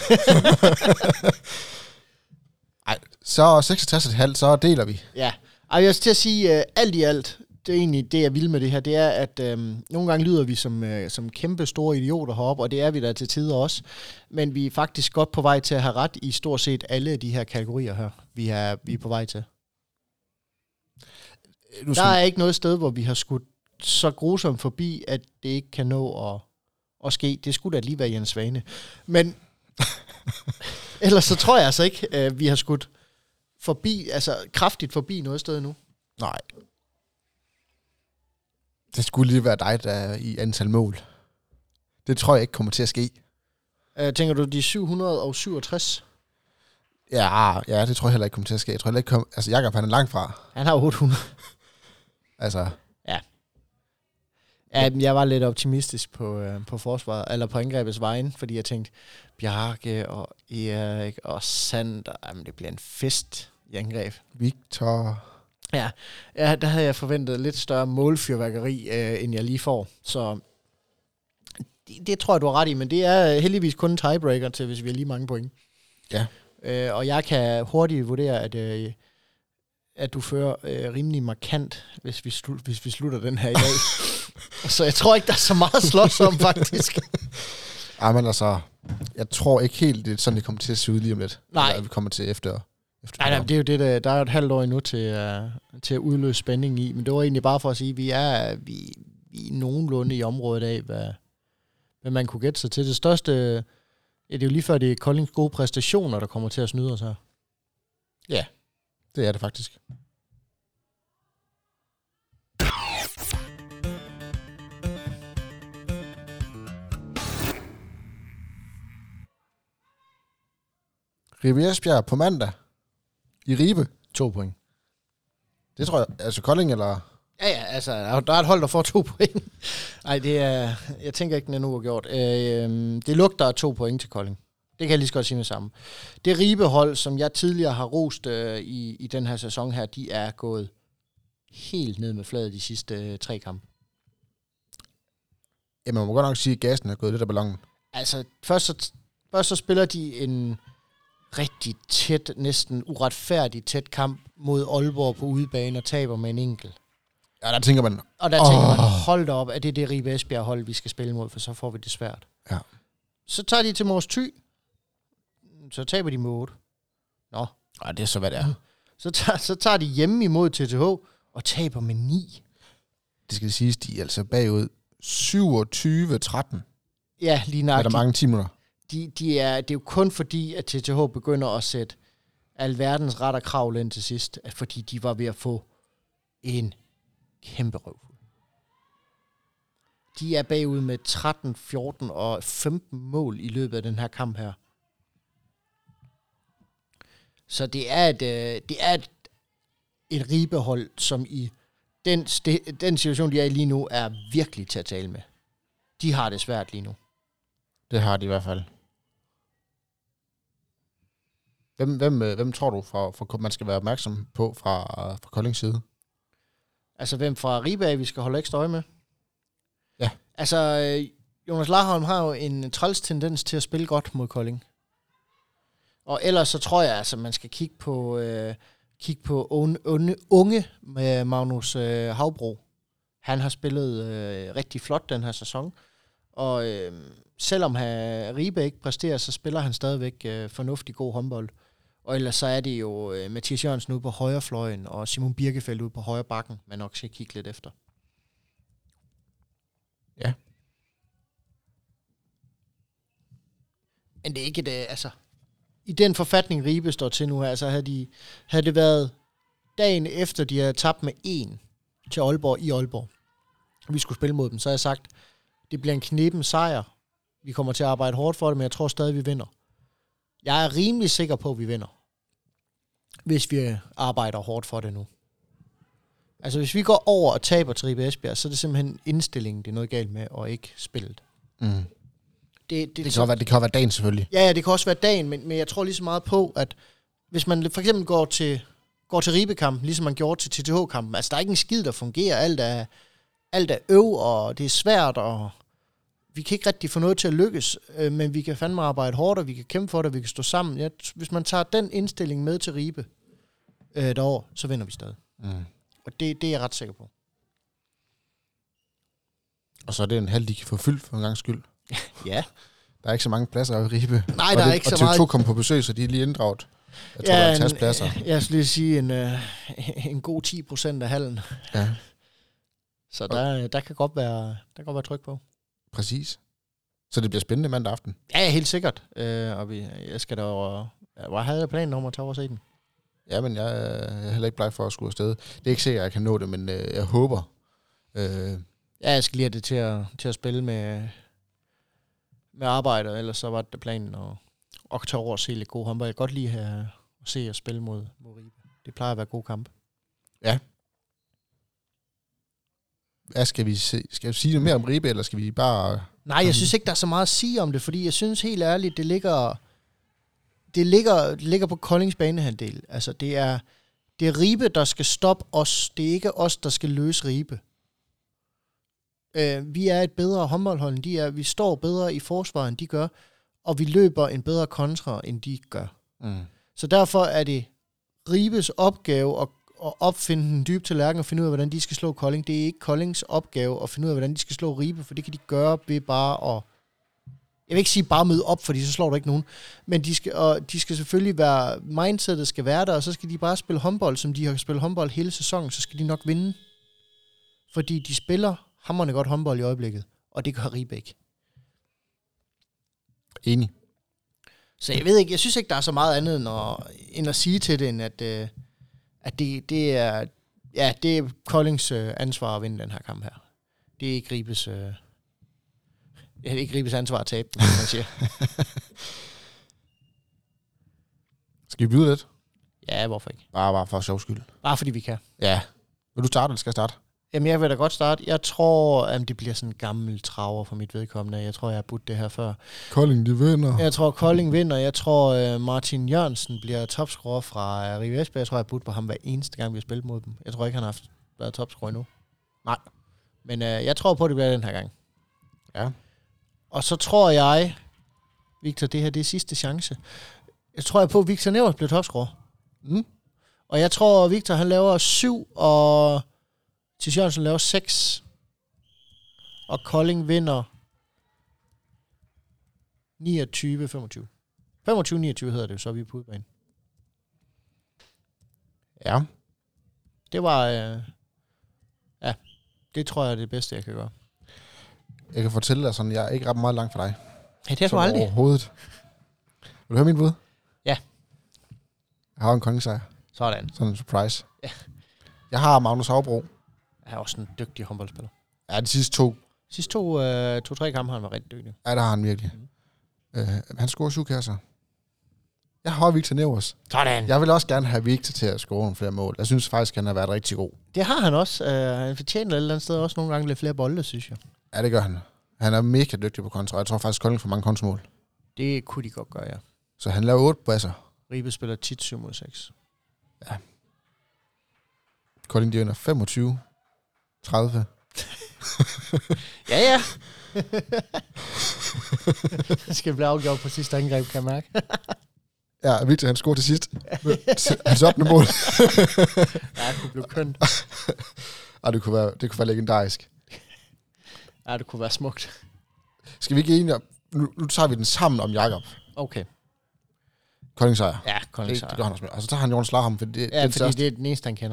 Ej, så seksogtres komma fem, så deler vi. Ja, og jeg skal til at sige, uh, alt i alt, det er egentlig det, jeg vil med det her, det er, at øhm, nogle gange lyder vi som, øh, som kæmpe store idioter heroppe, og det er vi da til tider også. Men vi er faktisk godt på vej til at have ret i stort set alle de her kategorier her, vi er, vi er på vej til. Skal... Der er ikke noget sted, hvor vi har skudt så grusomt forbi, at det ikke kan nå at, at ske. Det skulle da lige være Jens Svane. Men ellers så tror jeg altså ikke, at vi har skudt forbi, altså kraftigt forbi noget sted nu. Nej. Det skulle lige være dig, der er i antal mål. Det tror jeg ikke kommer til at ske. Uh, tænker du, de syv hundrede og syvogtres? Ja, ja, det tror jeg heller ikke kommer til at ske. Jeg tror heller ikke, kom... altså Jakob, han er langt fra. Han har otte hundrede. Altså. Ja. Ja, jeg var lidt optimistisk på, øh, på forsvaret, eller på angrebets vejen, fordi jeg tænkte, Bjarke og Erik og Sander, jamen det bliver en fest i angreb. Victor. Ja, ja, der havde jeg forventet lidt større målfyrværkeri, øh, end jeg lige får. Så det, det tror jeg, du har ret i, men det er heldigvis kun en tiebreaker til, hvis vi har lige mange point. Ja. Øh, og jeg kan hurtigt vurdere, at, øh, at du fører øh, rimelig markant, hvis vi, slu- hvis vi slutter den her i dag. Så jeg tror ikke, der er så meget at slås om, faktisk. Ej, men altså, jeg tror ikke helt, det er sådan, det kommer til at se ud lige om lidt. Nej. Eller, vi kommer til efter. efter Nej, nej, det er jo det, der, der er et halvt år endnu til, uh, til at udløse spænding i. Men det var egentlig bare for at sige, at vi er, vi, vi er nogenlunde i området af, hvad, hvad man kunne gætte sig til. Det største, ja, det er jo lige før, det er Koldings gode præstationer, der kommer til at snyde os her. Ja, det er det faktisk. Ribe Esbjerg på mandag i Ribe. To point. Det tror jeg, altså Kolding eller... Ja, ja, altså, der er et hold, der får to point. Nej, det er, jeg tænker ikke, den er nu har gjort. Øh, det lugter af to point til Kolding. Det kan jeg lige så godt sige med sammen. Det Ribe-hold, som jeg tidligere har rost øh, i, i den her sæson her, de er gået helt ned med fladet de sidste øh, tre kampe. Ja, man må godt nok sige, at gassen er gået lidt af ballonen. Altså, først så, først så spiller de en rigtig tæt, næsten uretfærdig tæt kamp mod Aalborg på udebane og taber med en enkelt. Ja, der tænker man... Og der tænker oh. man, hold da op, at det er det Ribe Esbjerg hold, vi skal spille mod, for så får vi det svært. Ja. Så tager de til Mors Thy, så taber de med otte. Nå. Ej, det er så, hvad det er. Så tager, så tager de hjemme imod T T H og taber med ni. Det skal siges, de er altså bagud syvogtyve tretten. Ja, lige nok. Er der mange ti minutter? De, de er, det er jo kun fordi, at T T H begynder at sætte alverdens ret og kravl ind til sidst, at fordi de var ved at få en kæmpe røvfuld. De er bagud med tretten, fjorten og femten mål i løbet af den her kamp her. Så det er et, det er et, et Ribe-hold, som i den, den situation, de er i lige nu, er virkelig til at tale med. De har det svært lige nu. Det har de i hvert fald. Hvem, hvem, hvem tror du, for, for, man skal være opmærksom på fra, fra Koldings side? Altså, hvem fra Ribe af, vi skal holde ekstra øje med? Ja. Altså, Jonas Larholm har jo en træls tendens til at spille godt mod Kolding. Og ellers så tror jeg, altså, man skal kigge på, øh, kigge på unge, unge, unge med Magnus øh, Havbro. Han har spillet øh, rigtig flot den her sæson. Og øh, selvom han, Ribe ikke præsterer, så spiller han stadigvæk øh, fornuftig god håndbold. Og ellers så er det jo øh, Mathias Jørgensen ude på højre fløjen, og Simon Birkefeldt ude på højre bakken, man nok skal kigge lidt efter. Ja. Men det er ikke det, altså... I den forfatning, Ribe står til nu her, så havde, de, havde det været dagen efter, de havde tabt med en til Aalborg i Aalborg. Vi skulle spille mod dem, så har jeg sagt, det bliver en knepen sejr. Vi kommer til at arbejde hårdt for det, men jeg tror stadig, vi vinder. Jeg er rimelig sikker på, at vi vinder. Hvis vi arbejder hårdt for det nu. Altså, hvis vi går over og taber til Ribe Esbjerg, så er det simpelthen indstillingen, det er noget galt med, og ikke spillet. Mm. Det, det, det, kan være, det kan være dagen selvfølgelig. Ja, ja, det kan også være dagen, men, men jeg tror lige så meget på, at hvis man for eksempel går til, går til Ribe-kampen, ligesom man gjorde til T T H-kampen, altså der er ikke en skid, der fungerer. Alt er, alt er øv, og det er svært, og vi kan ikke rigtig få noget til at lykkes, øh, men vi kan fandme arbejde hårdt, og vi kan kæmpe for det, og vi kan stå sammen. Ja, hvis man tager den indstilling med til Ribe øh, derovre, så vinder vi stadig. Mm. Og det, det er jeg ret sikker på. Og så er det en halv, de kan få fyldt for en gang skyld. Ja. Der er ikke så mange pladser i Ribe. Nej, der det, er ikke så meget. Og T V to meget. kom på besøg, så de er lige inddraget. Jeg tror, ja, der er halvtreds pladser. Jeg skulle lige sige en, øh, en god ti procent af hallen. Ja. Så der, der kan godt være, der kan godt være tryk på. Præcis. Så det bliver spændende mandag aften. Ja, helt sikkert. Øh, og vi, jeg skal da over... Hvad havde jeg planen om at tage over og se den? Ja, men jeg, jeg er heller ikke bleg for at skulle afsted. Det er ikke sikkert, at jeg kan nå det, men øh, jeg håber. Øh, ja, jeg skal lige have det til at, til at spille med, med arbejde, ellers så var det planen at, at tage over og se lidt god håndbold. Jeg kan godt lide at se og spille mod, mod Ribe. Det plejer at være god kamp. Ja. hvad skal vi se? Skal vi sige noget mere om Ribe, eller skal vi bare... Nej, jeg synes ikke, der er så meget at sige om det, fordi jeg synes helt ærligt, det ligger, det ligger, det ligger på Koldings banehandel. Altså, det er, det er Ribe, der skal stoppe os. Det er ikke os, der skal løse Ribe. Øh, vi er et bedre håndboldhold, end de er. Vi står bedre i forsvaret, end de gør, og vi løber en bedre kontra, end de gør. Mm. Så derfor er det Ribes opgave at, at opfinde den dybe tallerken og finde ud af, hvordan de skal slå Kolding. Det er ikke Koldings opgave at finde ud af, hvordan de skal slå Ribe, for det kan de gøre ved bare at... Jeg vil ikke sige bare møde op, fordi så slår der ikke nogen. Men de skal, og de skal selvfølgelig være... Mindsetet skal være der, og så skal de bare spille håndbold, som de har spillet håndbold hele sæsonen, så skal de nok vinde. Fordi de spiller hamrende godt håndbold i øjeblikket, og det gør Ribe ikke. Enig. Så jeg ved ikke, jeg synes ikke, der er så meget andet end at, end at sige til det, end at, øh, at det, det, er, ja, det er Koldings øh, ansvar at vinde den her kamp her. Det er ikke Ribes, øh, det er ikke Ribes ansvar at tabe den, man siger. Skal vi byde lidt? Ja, hvorfor ikke? Bare, bare for sjov skyld. Bare fordi vi kan. Ja. Vil du starte, eller skal jeg starte? Jamen, jeg vil da godt starte. Jeg tror, at det bliver sådan en gammel traver for mit vedkommende. Jeg tror, jeg har budt det her før. Kolding, de vinder. Jeg tror, Kolding vinder. Jeg tror, uh, Martin Jørgensen bliver topscorer fra uh, Ribe Esbjerg. Jeg tror, jeg har budt på ham hver eneste gang, vi har spillet mod dem. Jeg tror ikke, han har haft, været topscorer endnu. Nej. Men uh, jeg tror på, at det bliver den her gang. Ja. Og så tror jeg, Victor, det her det er sidste chance. Jeg tror jeg på, at Victor Nevers bliver topscorer. Mm. Og jeg tror, at Victor han laver syv, og Tis Jørgensen laver seks. Og Kolding vinder niogtyve femogtyve. femogtyve niogtyve hedder det, så er vi på udbanen. Ja. Det var... Øh, ja, det tror jeg er det bedste, jeg kan gøre. Jeg kan fortælle dig sådan, jeg er ikke ret meget langt fra dig. Ja, det er du aldrig. Overhovedet. Vil du høre min bud? Ja. Jeg har en kongesejr. Sådan. Sådan en surprise. Ja. Jeg har Magnus Havbro. Jeg er også en dygtig håndboldspiller. Ja, de sidste to. Sidste to, øh, to-tre kampe har han været rigtig dygtig. Ja, der har han virkelig. Mm. Øh, han scorer syv kasser. Jeg har Victor Nevers. Sådan. Jeg vil også gerne have Victor til at score nogle flere mål. Jeg synes faktisk, han har været rigtig god. Det har han også. Uh, han fortjener et eller andet sted også nogle gange lidt flere bolde, synes jeg. Ja, det gør han. Han er mega dygtig på kontra. Jeg tror faktisk, Kolding får mange kontramål. Det kunne de godt gøre, ja. Så han laver otte basser. Ribe spiller tit syv mod seks. Ja. Kolding, de vinder femogtyve tredive. Ja, ja. Det skal blive afgjort på sidste angreb, kan jeg mærke. Ja, Victor, han scorer til sidst. Hans ottende mål. Ja, det kunne blive kønt. Ej, det kunne være, det kunne være legendarisk. Ja, det kunne være smukt. Skal vi ikke enige om... Nu, nu tager vi den sammen om Jakob. Okay. Kolding sejr. Ja, Kolding Det, sejr. det gør han også med. Og så tager han Jørgen Slaghamn, for det, Ja, den fordi største. det er den eneste, han kender.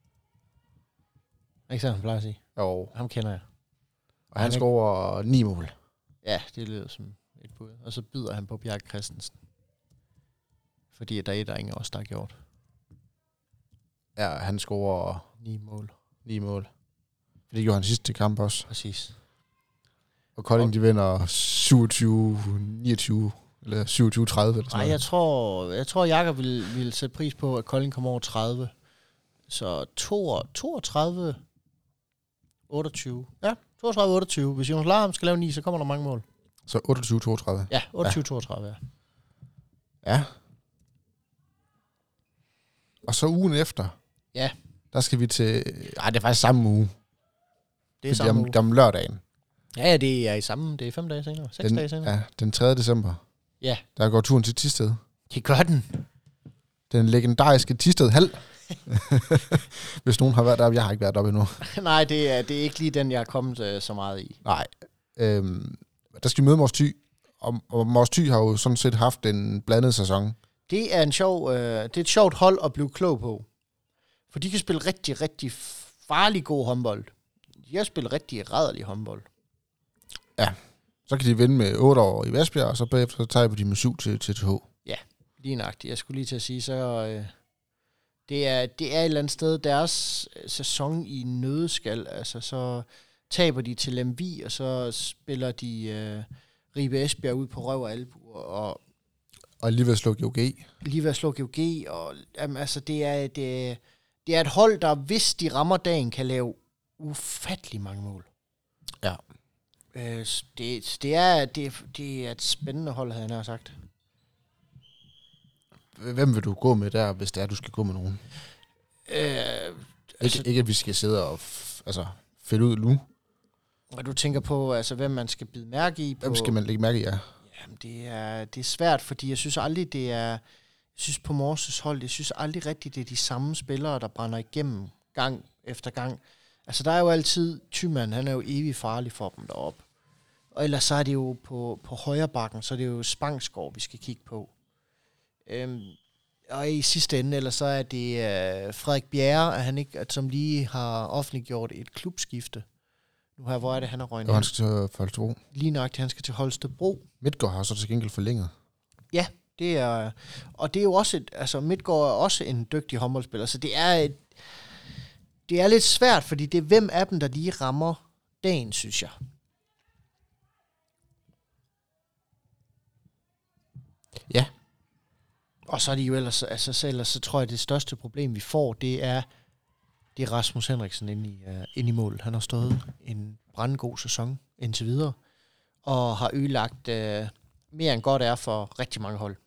Ikke sådan, han plejer at sige. Jo. Ham kender jeg. Og han scorer ni mål. Ja, det lyder som et bud. Og så byder han på Bjarke Christensen. Fordi der er et, der ingen også, der har gjort. Ja, han scorer Ni mål. ni mål. Det gjorde han sidste kamp også. Præcis. Og Kolding, de vinder syvogtyve niogtyve eller syvogtyve tredive eller sådan Nej, noget. jeg tror, jeg tror Jakob vil, vil sætte pris på, at Kolding kommer over tredive. Så toogtredive otteogtyve. Ja, toogtredive otteogtyve. Hvis Jonas Larm skal lave ni, så kommer der mange mål. Så otteogtyve toogtredive. Ja, otteogtyve toogtredive, ja. Ja. Og så ugen efter. Ja. Der skal vi til... Ej, det er faktisk samme uge. Det er samme om, uge. det er om lørdagen. Ja, ja, det er i samme. Det er fem dage senere. Seks den, dage senere. Ja, den tredje december. Ja. Der går turen til Thisted. Det gør den. Den legendariske Thisted Hal. Hvis nogen har været deroppe. Jeg har ikke været deroppe endnu. Nej, det er, det er ikke lige den, jeg har kommet øh, så meget i. Nej. Øhm, der skal vi møde Mors Thy. Og, og Mors Thy har jo sådan set haft en blandet sæson. Det er en sjov, øh, det er et sjovt hold at blive klog på. For de kan spille rigtig, rigtig farlig god håndbold. De har spillet rigtig rædderlig håndbold. Ja. Så kan de vinde med otte år i Vestbjerg, og så bagefter så tager de med syv til T T H. Ja, lige nøjagtigt. Jeg skulle lige til at sige, så øh, det, er, det er et eller andet sted deres sæson i nødskal. Altså, så taber de til Lemvig, og så spiller de øh, Ribe Esbjerg ud på røv og albuer, og Og lige ved at slå G O G. lige ved at slå G O G, og jamen, altså, det er, det, det er et hold, der hvis de rammer dagen, kan lave ufattelig mange mål. Ja. Øh, det, det, er, det, det er et spændende hold, havde jeg nær sagt. Hvem vil du gå med der, hvis det er, du skal gå med nogen? Øh, altså, ikke, ikke, at vi skal sidde og f- altså, fælde ud nu. Og du tænker på, altså, hvem man skal bide mærke i? På, hvem skal man lægge mærke i, ja? Jamen, det er, det er svært, fordi jeg synes aldrig, det er... Jeg synes på Mors' hold, jeg synes aldrig rigtigt, det er de samme spillere, der brænder igennem gang efter gang. Altså, der er jo altid Thymann, han er jo evig farlig for dem deroppe. Og ellers så er det jo på, på højre bakken, så er det jo Spangsgaard, vi skal kigge på. Øhm, og i sidste ende, ellers så er det øh, Frederik Bjerre, at han ikke, at, som lige har offentliggjort et klubskifte. Nu her, hvor er det, han er røgnet? Og han skal til Holstebro. Lige nøjagtigt, han skal til Holstebro. Midtgaard har så til gengæld forlænget. Ja, det er, og det er jo også et, altså Midtgaard er også en dygtig håndboldspiller, så det er et, det er lidt svært, fordi det er hvem af dem, der lige rammer dagen, synes jeg. Ja. Og så er det jo ellers, altså så, ellers, så tror jeg, det største problem, vi får, det er, det er Rasmus Henriksen inde i, uh, inde i målet. Han har stået en brandgod sæson indtil videre, og har ødelagt uh, mere end godt er for rigtig mange hold.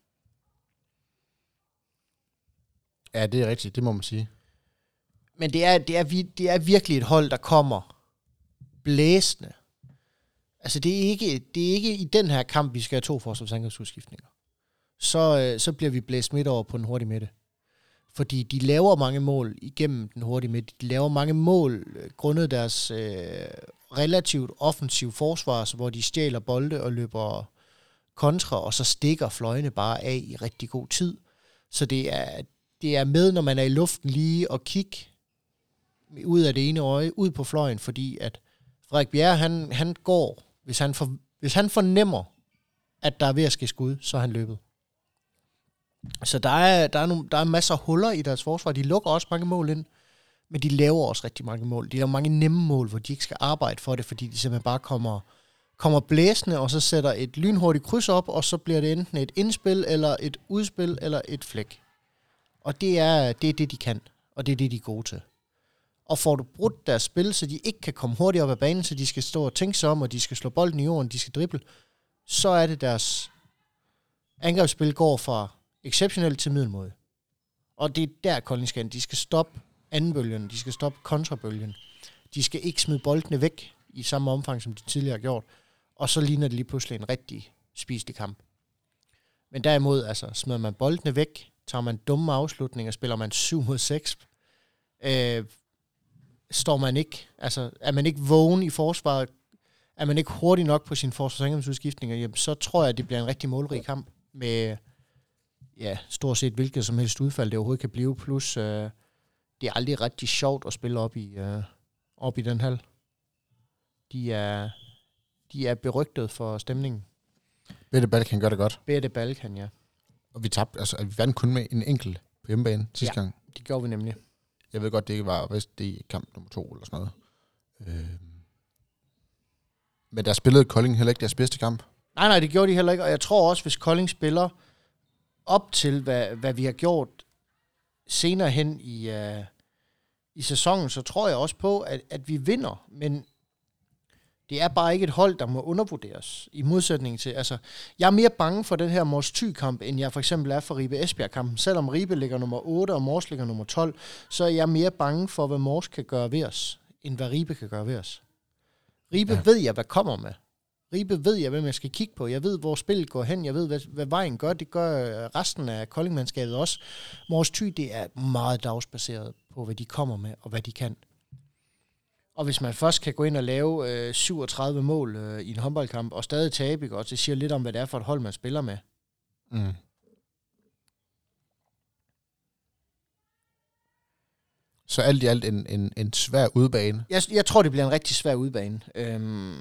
Ja, det er rigtigt, det må man sige. Men det er, det er, det er virkelig et hold, der kommer blæsende. Altså, det er ikke, det er ikke i den her kamp, vi skal have to forsvarsangrebsudskiftninger. Så, så bliver vi blæst midt over på den hurtige midte. Fordi de laver mange mål igennem den hurtige midte. De laver mange mål grundet deres øh, relativt offensiv forsvar, hvor de stjæler bolde og løber kontra, og så stikker fløjene bare af i rigtig god tid. Så det er, det er med, når man er i luften lige og kigge ud af det ene øje, ud på fløjen, fordi at Frederik Bjerre, han, han går, hvis han, for, hvis han fornemmer, at der er ved at ske skud, så er han løbet. Så der er, der, er nogle, der er masser af huller i deres forsvar. De lukker også mange mål ind, men de laver også rigtig mange mål. De laver mange nemme mål, hvor de ikke skal arbejde for det, fordi de simpelthen bare kommer, kommer blæsende, og så sætter et lynhurtigt kryds op, og så bliver det enten et indspil, eller et udspil, eller et flæk. Og det er, det er det, de kan, og det er det, de er gode til. Og får du brudt deres spil, så de ikke kan komme hurtigt op ad banen, så de skal stå og tænke sig om, og de skal slå bolden i jorden, de skal drible, så er det deres angrebsspil går fra exceptionelt til middelmåde. Og det er der, Kolding skal. De skal stoppe andenbølgen, de skal stoppe kontrabølgen. De skal ikke smide boldene væk i samme omfang, som de tidligere har gjort. Og så ligner det lige pludselig en rigtig spiselig kamp. Men derimod, altså, smider man boldene væk, tager man dumme afslutninger, spiller man syv mod seks, øh, står man ikke, altså, er man ikke vågen i forsvaret, er man ikke hurtig nok på sine forsvarsangrebsudskiftninger, jamen, så tror jeg, at det bliver en rigtig målrig kamp med ja, stort set hvilket som helst udfald, det overhovedet kan blive. Plus, øh, det er aldrig rigtig sjovt at spille op i, øh, op i den hal. De er, de er berygtet for stemningen. Bette Balkan gør det godt. Bette Balkan, ja. Og vi tabte, altså vi vandt kun med en enkelt på hjemmebane sidste ja, gang. Det gjorde vi nemlig. Jeg ved godt, det ikke var vist det i kamp nummer to eller sådan noget. Øh. Men der spillede Kolding heller ikke deres bedste kamp. Nej, nej, det gjorde de heller ikke. Og jeg tror også, hvis Kolding spiller op til, hvad, hvad vi har gjort senere hen i, uh, i sæsonen, så tror jeg også på, at, at vi vinder. Men det er bare ikke et hold, der må undervurderes. I modsætning til, altså, jeg er mere bange for den her Mors Thy-kamp, end jeg for eksempel er for Ribe Esbjerg-kampen. Selvom Ribe ligger nummer otte, og Mors ligger nummer tolv, så er jeg mere bange for, hvad Mors kan gøre ved os, end hvad Ribe kan gøre ved os. Ribe ja. ved jeg, hvad kommer med. Ribe ved jeg, hvem jeg skal kigge på. Jeg ved, hvor spillet går hen. Jeg ved, hvad, hvad vejen gør. Det gør resten af Kolding-mandskabet også. Mors Thy, det er meget dagsbaseret på, hvad de kommer med, og hvad de kan. Og hvis man først kan gå ind og lave øh, syvogtredive mål øh, i en håndboldkamp, og stadig tabe, ikke? Og det siger lidt om, hvad det er for et hold, man spiller med. Mm. Så alt i alt en, en, en svær udbane. Jeg, jeg tror, det bliver en rigtig svær udbane. Øhm,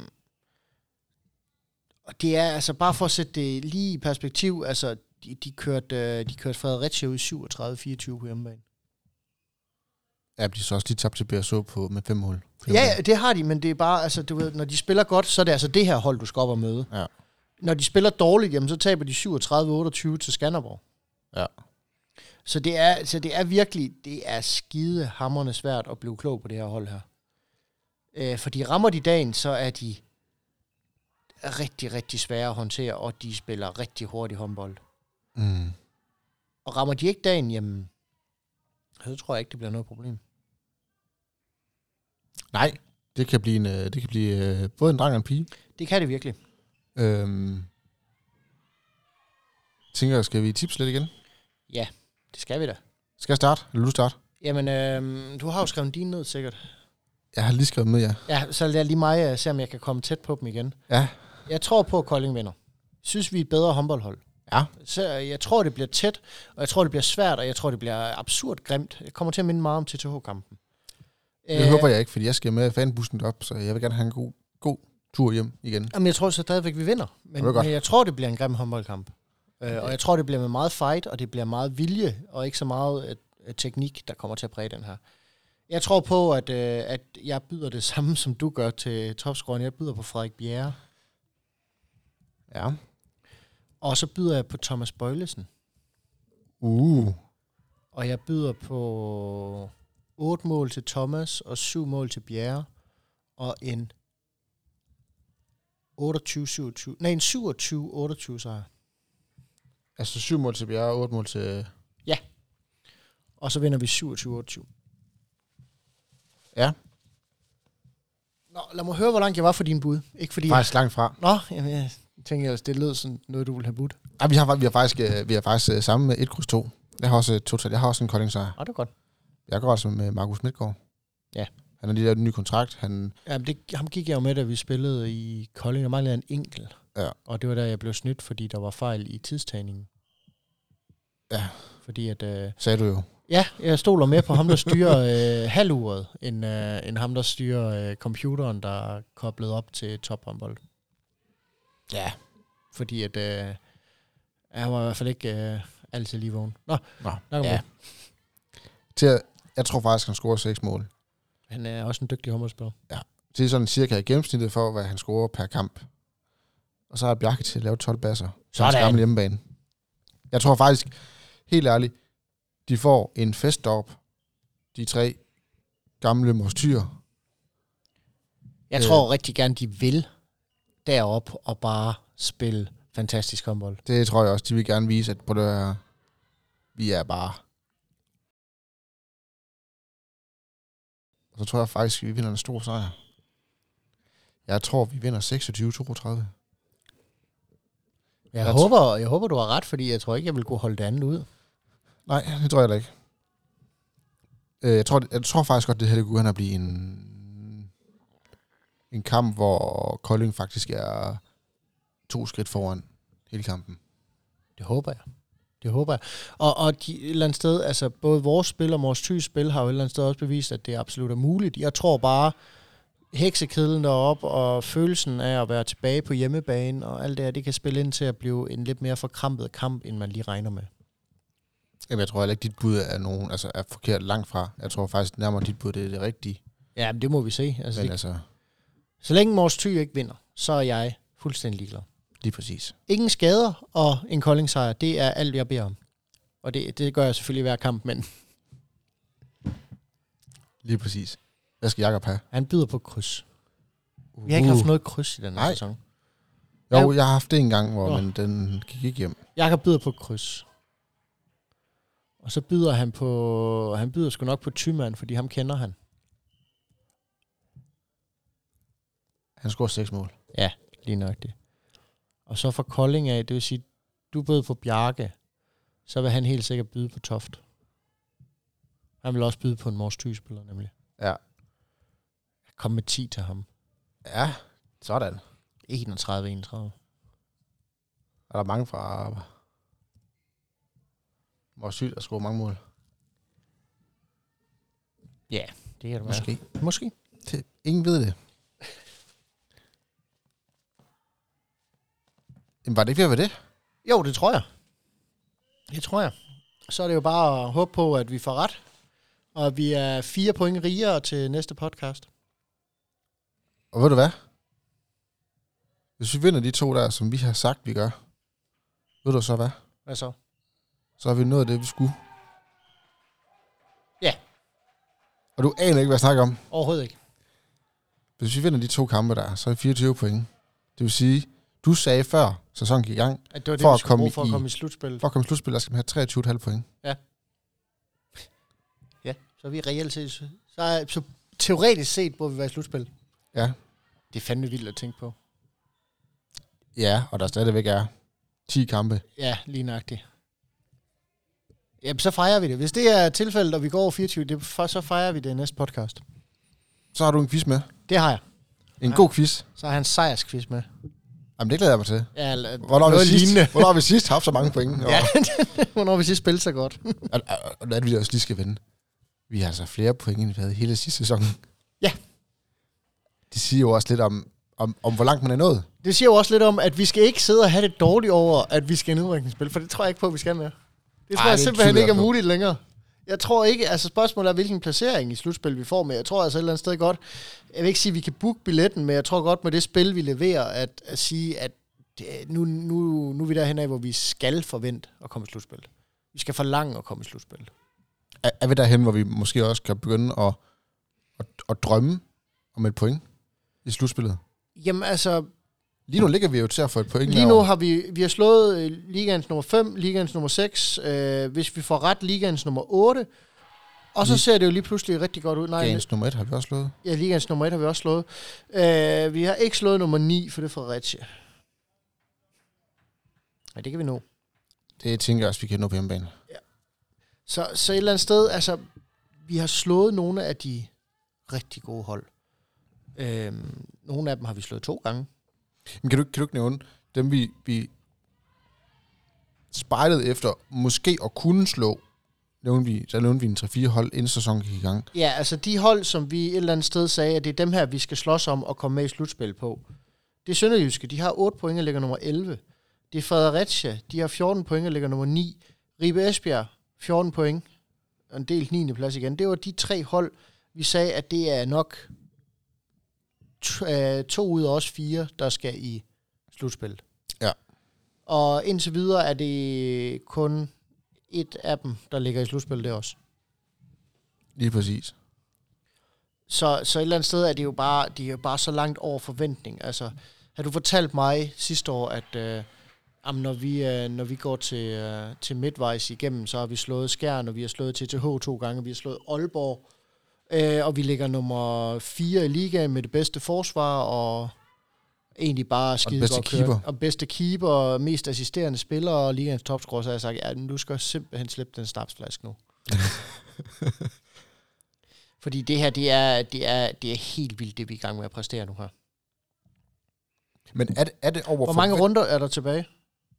og det er altså bare for at sætte det lige i perspektiv, altså de, de kørte, de kørte Fredericia ud syvogtredive fireogtyve på hjemmebane. Ja, de så også lige tabt til B S O på med fem mål. Ja, det har de, men det er bare, altså du ved, når de spiller godt, så er det altså det her hold, du skal op og møde. Ja. Når de spiller dårligt, jamen, så taber de syvogtredive otteogtyve til Skanderborg. Ja. Så det er, så det er virkelig, det er skidehamrende svært at blive klog på det her hold her. Øh, fordi rammer de dagen, så er de rigtig, rigtig svære at håndtere, og de spiller rigtig hurtigt håndbold. Mm. Og rammer de ikke dagen, jamen, så tror jeg ikke, det bliver noget problem. Nej, det kan blive, en, det kan blive uh, både en dreng og en pige. Det kan det virkelig. Øhm, tænker, skal vi tips lidt igen? Ja, det skal vi da. Skal jeg starte? Eller du starte? Jamen, øh, du har jo skrevet dine ned, sikkert. Jeg har lige skrevet med, ja. Ja, så lad lige mig uh, se, om jeg kan komme tæt på dem igen. Ja. Jeg tror på, at Kolding vinder. Synes, vi er et bedre håndboldhold. Ja. Så jeg tror, det bliver tæt, og jeg tror, det bliver svært, og jeg tror, det bliver absurd grimt. Jeg kommer til at minde meget om T T H-kampen. Det øh, håber jeg ikke, fordi jeg skal med fanbussen op, så jeg vil gerne have en god, god tur hjem igen. Jamen, jeg tror så stadigvæk, vi vinder. Men, men jeg tror, det bliver en grim håndboldkamp. Øh, og jeg tror, det bliver med meget fight, og det bliver meget vilje, og ikke så meget uh, teknik, der kommer til at præge den her. Jeg tror på, at, uh, at jeg byder det samme, som du gør til topscoreren. Jeg byder på Frederik Bjerre. Ja. Og så byder jeg på Thomas Bøjlesen. Uh. Og jeg byder på otte mål til Thomas og syv mål til Bjerre. Og en otteogtyve syvogtyve. Nej, en syvogtyve otteogtyve sejr. Altså syv mål til Bjerre og otte mål til... Ja. Og så vinder vi syvogtyve otteogtyve. Ja. Nå, lad mig høre, hvor langt jeg var for din bud. Ikke fordi... Faktisk langt fra. Nå, jamen, jeg tænker ellers, det lød sådan noget, du ville have budt. Ja, vi har, vi har faktisk, vi har faktisk sammen med et kryds to. Jeg har også totalt. Jeg har også en Kolding sejr. Ja, det er godt. Jeg går altså med Markus Midtgaard. Ja. Han har lige lavet en ny kontrakt. Han... Ja, det, ham gik jeg jo med, da vi spillede i Kolding. Der manglede en enkel. Ja. Og det var der, jeg blev snydt, fordi der var fejl i tidstagningen. Ja. Fordi at... Øh, Sagde du jo. Ja, jeg stoler mere på ham, der styrer øh, halvuret, end, øh, end ham, der styrer øh, computeren, der er koblet op til tophåndbold. Ja. Fordi at... Øh, han var i hvert fald ikke øh, altid lige vågen. Nå, Nå. nok Ja. Til at, jeg tror faktisk, han scorer seks mål. Han er også en dygtig håndboldspiller. Ja. Det er sådan cirka gennemsnittet for, hvad han scorer per kamp. Og så har Bjarke til at lave tolv basser. Så hans gamle hjemmebane. Jeg tror faktisk, helt ærligt, de får en fest derop. De tre gamle morstyrer. Jeg øh. tror rigtig gerne, de vil derop og bare spille fantastisk håndbold. Det tror jeg også. De vil gerne vise, at på det her, vi er bare... Og så tror jeg faktisk, at vi vinder en stor sejr. Jeg tror, vi vinder seksogtyve toogtredive. Jeg, jeg, håber, jeg håber, du har ret, fordi jeg tror ikke, jeg vil kunne holde det andet ud. Nej, det tror jeg da ikke. Jeg tror, jeg tror faktisk godt, det her det kunne blive en, en kamp, hvor Kolding faktisk er to skridt foran hele kampen. Det håber jeg. Det håber jeg. Og, og de, et eller andet sted, altså både vores spil og vores Thys spil har jo et eller andet sted også bevist, at det absolut er muligt. Jeg tror bare, heksekedlen deroppe og følelsen af at være tilbage på hjemmebane og alt det her, det kan spille ind til at blive en lidt mere forkrampet kamp, end man lige regner med. Jamen, jeg tror heller ikke, dit bud er nogen, altså er forkert langt fra. Jeg tror faktisk nærmere, dit bud det er det rigtige. Ja, men det må vi se. Altså, men det, altså... Så længe Mors Thy ikke vinder, så er jeg fuldstændig ligeglad. Lige præcis. Ingen skader og en Kolding-sejr, det er alt, jeg beder om. Og det, det gør jeg selvfølgelig hver kamp, men... Lige præcis. Hvad skal Jakob have? Han byder på kryds. Vi har ikke haft noget kryds i den her sæson. Jo, jeg har haft det en gang, hvor oh. men den gik ikke hjem. Jakob byder på kryds. Og så byder han på... Han byder sgu nok på Thymann, fordi ham kender han. Han scorer seks mål. Ja, lige nok det. Og så fra Kolding af, det vil sige, du bød på Bjarke, så vil han helt sikkert byde på Toft. Han vil også byde på en Mors Thy-spiller, nemlig. Ja. Kom med ti til ham. Ja, sådan. enogtredive enogtredive. Er der mange fra Mors Thy, der scorer mange mål? Ja, det kan det Måske. være. Måske. Det, ingen ved det. Jamen, var det ikke ved at være det? Jo, det tror jeg. Det tror jeg. Så er det jo bare at håbe på, at vi får ret. Og at vi er fire point rigere til næste podcast. Og ved du hvad? Hvis vi vinder de to der, som vi har sagt, vi gør, ved du så hvad? Hvad så? Så har vi nået det, vi skulle. Ja. Og du aner ikke, hvad jeg snakker om? Overhovedet ikke. Hvis vi vinder de to kampe der, så er det fireogtyve point. Det vil sige, du sagde før sæsonen gik i gang, at det var det, for, vi at skulle komme bruge for at i, komme i slutspil. For at komme i slutspil, der skal man have treogtyve komma fem point. Ja. Ja, så er vi reelt set... Så, er, så teoretisk set burde vi være i slutspil. Ja. Det er fandme vildt at tænke på. Ja, og der stadigvæk er ti kampe. Ja, lige nøjagtigt. Jamen, så fejrer vi det. Hvis det er tilfældet, og vi går over fireogtyve, det, så fejrer vi det i næste podcast. Så har du en quiz med. Det har jeg. En ja. god quiz. Så har han en sejrsquiz med. Jamen, det glæder jeg mig til. Ja, eller, hvornår, har vi sidst, hvornår har vi sidst haft så mange point? Ja, hvornår har vi sidst spillet så godt? og, og, og det er, vi også lige skal vinde. Vi har altså flere point, end vi havde hele sidste sæson. Ja. Det siger jo også lidt om, om, om, hvor langt man er nået. Det siger jo også lidt om, at vi skal ikke sidde og have det dårligt over, at vi skal i nedrykningsspil, for det tror jeg ikke på, at vi skal med. Det tror Ej, jeg simpelthen ikke er muligt længere. Jeg tror ikke, altså spørgsmålet er, hvilken placering i slutspil vi får med. Jeg tror altså et eller andet sted godt, jeg vil ikke sige, at vi kan booke billetten, men jeg tror godt med det spil, vi leverer, at, at sige, at det, nu, nu, nu er vi derhen af, hvor vi skal forvente at komme i slutspil. Vi skal forlange at komme i slutspil. Er, er vi derhen, hvor vi måske også kan begynde at, at, at drømme om et point i slutspillet? Jamen altså... Lige nu ligger vi jo til at få et point. Lige nu har vi, vi har slået uh, ligaens nummer fem, ligaens nummer seks, uh, hvis vi får ret, ligaens nummer otte, og så Lig- ser det jo lige pludselig rigtig godt ud. Nej, ligaens nummer et har vi også slået. Ja, ligaens nummer et har vi også slået. Uh, vi har ikke slået nummer ni, for det er Fredericia. Nej, det kan vi nå. Det tænker jeg også, vi kan nå på hjemmebane. Ja. Så, så et eller andet sted, altså, vi har slået nogle af de rigtig gode hold. Uh, nogle af dem har vi slået to gange. Men kan du, kan du ikke nævne dem, vi, vi spejlede efter, måske at kunne slå, nævnte vi, så nævnte vi en tre fire hold, inden sæsonen gik i gang? Ja, altså de hold, som vi et eller andet sted sagde, at det er dem her, vi skal slås om og komme med i slutspil på. Det er Sønderjyske, de har otte point og ligger nummer elleve. Det er Fredericia, de har fjorten point og ligger nummer ni. Ribe Esbjerg, fjorten point, og en delt niende plads igen. Det var de tre hold, vi sagde, at det er nok... to ud af os fire, der skal i slutspil. Ja. Og indtil videre er det kun et af dem, der ligger i slutspil, det også. Lige præcis. Så, så et eller andet sted er det jo bare, det er jo bare så langt over forventning. Altså, har du fortalt mig sidste år, at øh, jamen, når, vi, øh, når vi går til, øh, til midtvejs igennem, så har vi slået Skjern, og vi har slået T T H to gange, vi har slået Aalborg, Øh, og vi ligger nummer fire i ligaen med det bedste forsvar, og egentlig bare skide godt kørt. Og bedste keeper, mest assisterende spiller, og ligaens topscorer, så har jeg sagt, ja, nu skal jeg simpelthen slippe den snapsflaske nu. Fordi det her, det er, det, er, det er helt vildt, det vi er i gang med at præstere nu her. Men er det, er det over... Hvor mange for... runder er der tilbage?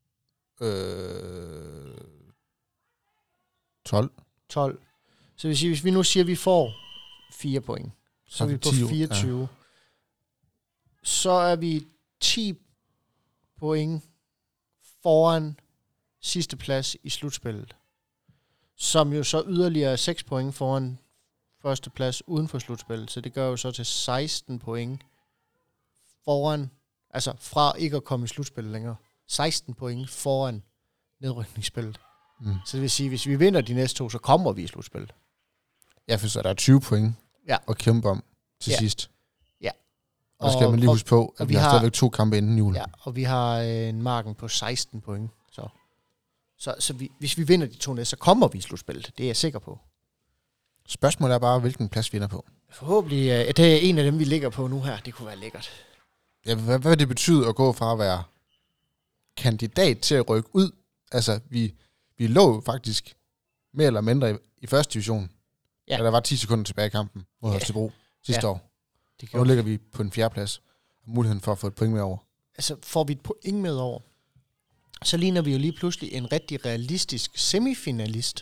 Øh... tolv. tolv. Så hvis, hvis vi nu siger, at vi får fire point, så, så er vi på ti, fireogtyve. Ja. Så er vi ti point foran sidste plads i slutspillet. Som jo så yderligere seks point foran første plads uden for slutspillet. Så det gør jo så til seksten point foran, altså fra ikke at komme i slutspillet længere. seksten point foran nedrykningsspillet. Mm. Så det vil sige, at hvis vi vinder de næste to, så kommer vi i slutspillet. Ja, for så er der tyve point ja. at kæmpe om til ja. sidst. Ja. Og der skal og, man lige huske på, at vi, vi har stadigvæk to kampe inden jul. Ja, og vi har øh, en marken på seksten point. Så, så, så vi, hvis vi vinder de to næste, så kommer vi i slutspillet. Det er jeg sikker på. Spørgsmålet er bare, hvilken plads vi ender på. Forhåbentlig, øh, det er en af dem, vi ligger på nu her. Det kunne være lækkert. Ja, hvad, hvad det betyder at gå fra at være kandidat til at rykke ud? Altså, vi, vi lå faktisk mere eller mindre i, i første division. Ja. Da der var ti sekunder tilbage i kampen mod Holstebro sidste ja. år. Og nu ligger vi på en fjerde plads. Og muligheden for at få et point med over. Altså, får vi et point med over, så ligner vi jo lige pludselig en rigtig realistisk semifinalist.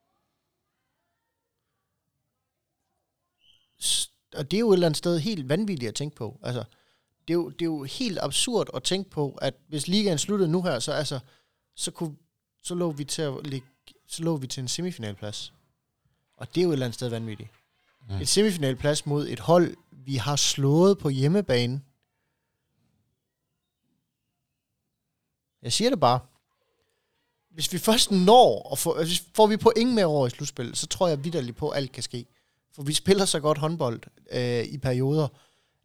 Og det er jo et eller andet sted helt vanvittigt at tænke på. Altså, det er jo, det er jo helt absurd at tænke på, at hvis ligaen sluttede nu her, så, altså, så, kunne, så, lå vi til at ligge, så lå vi til en semifinalplads. Og det er jo et eller andet sted vanvittigt. Mm. Et semifinalplads mod et hold, vi har slået på hjemmebane. Jeg siger det bare. Hvis vi først når, og får, hvis får vi point med over i slutspil, så tror jeg vitterligt på, at alt kan ske. For vi spiller så godt håndbold øh, i perioder,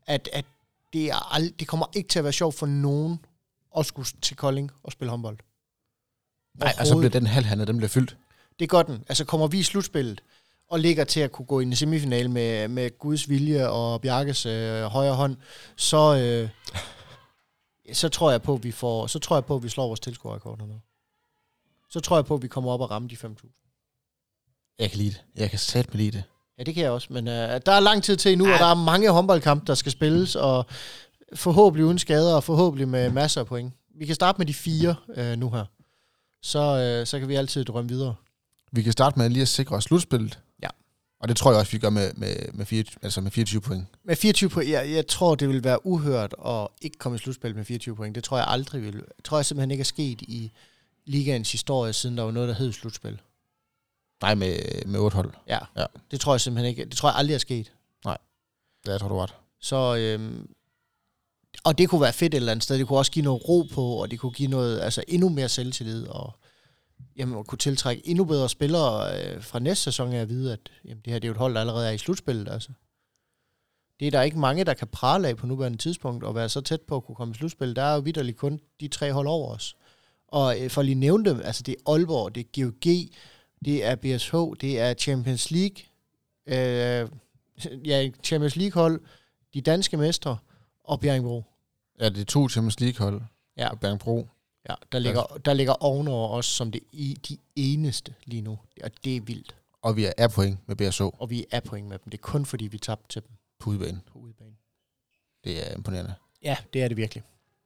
at, at det, er ald- det kommer ikke til at være sjovt for nogen at skulle til Kolding og spille håndbold. Nej, og så bliver den halvhandel, den bliver fyldt. Det gør den. Altså kommer vi i slutspillet og ligger til at kunne gå i en semifinal med, med Guds vilje og Bjarkes øh, højre hånd, så, øh, så tror jeg på, at vi får, så tror jeg på, at vi slår vores tilskuerrekord hernede. Så tror jeg på, at vi kommer op og rammer de fem tusind. Jeg kan lide det. Jeg kan satme lide det. Ja, det kan jeg også, men øh, der er lang tid til nu, og der er mange håndboldkampe, der skal spilles, og forhåbentlig uden skader, og forhåbentlig med masser af point. Vi kan starte med de fire øh, nu her. Så, øh, så kan vi altid drømme videre. Vi kan starte med lige at sikre os slutspillet. Ja. Og det tror jeg også, vi gør med, med, med, fire, altså med fireogtyve point. Med fireogtyve point, jeg, jeg tror, det vil være uhørt at ikke komme i slutspil med fireogtyve point. Det tror jeg aldrig vil. Jeg tror jeg simpelthen ikke er sket i ligaens historie, siden der var noget, der hed slutspil. Nej, med, med otte hold. Ja. ja, det tror jeg simpelthen ikke. Det tror jeg aldrig er sket. Nej, det jeg tror du ret. Så, øhm, og det kunne være fedt et eller andet sted. Det kunne også give noget ro på, og det kunne give noget, altså endnu mere selvtillid, og jamen, kunne tiltrække endnu bedre spillere øh, fra næste sæson af at vide, at jamen, det her det er jo et hold, der allerede er i slutspillet. Altså. Det er der ikke mange, der kan prale af på nuværende tidspunkt, og være så tæt på at kunne komme i slutspillet. Der er jo vitterligt kun de tre hold over os. Og øh, for lige nævne dem, altså det er Aalborg, det er G O G, det er B S H, det er Champions League, øh, ja, Champions League-hold, de danske mestre og Bjerringbro. Ja, det er to Champions League-hold ja. og Bjerringbro. Ja, der ligger, der ligger ovenover os som det i de eneste lige nu, og det er vildt. Og vi er af point med B S H. Og vi er point med dem. Det er kun fordi, vi tabte til dem. På udebane. På udebane. Det er imponerende. Ja, det er det virkelig.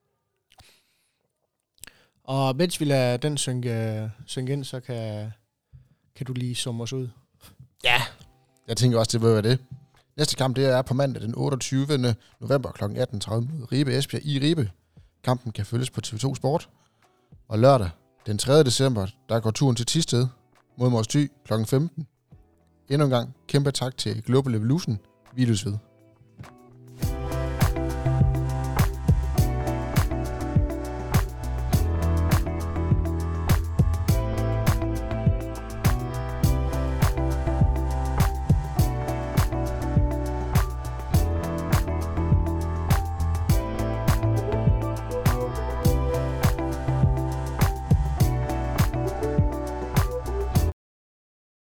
Og mens vi lader den synke, synke ind, så kan, kan du lige summe os ud. Ja. Jeg tænker også, det vil være det. Næste kamp, det er på mandag den otteogtyvende november kl. atten tredive mod Ribe Esbjerg i Ribe. Kampen kan følges på T V to Sport. Og lørdag den tredje december, der går turen til Thisted mod Mors Thy kl. femten. Endnu en gang kæmpe tak til Global Evolution. Vi lyttes ved.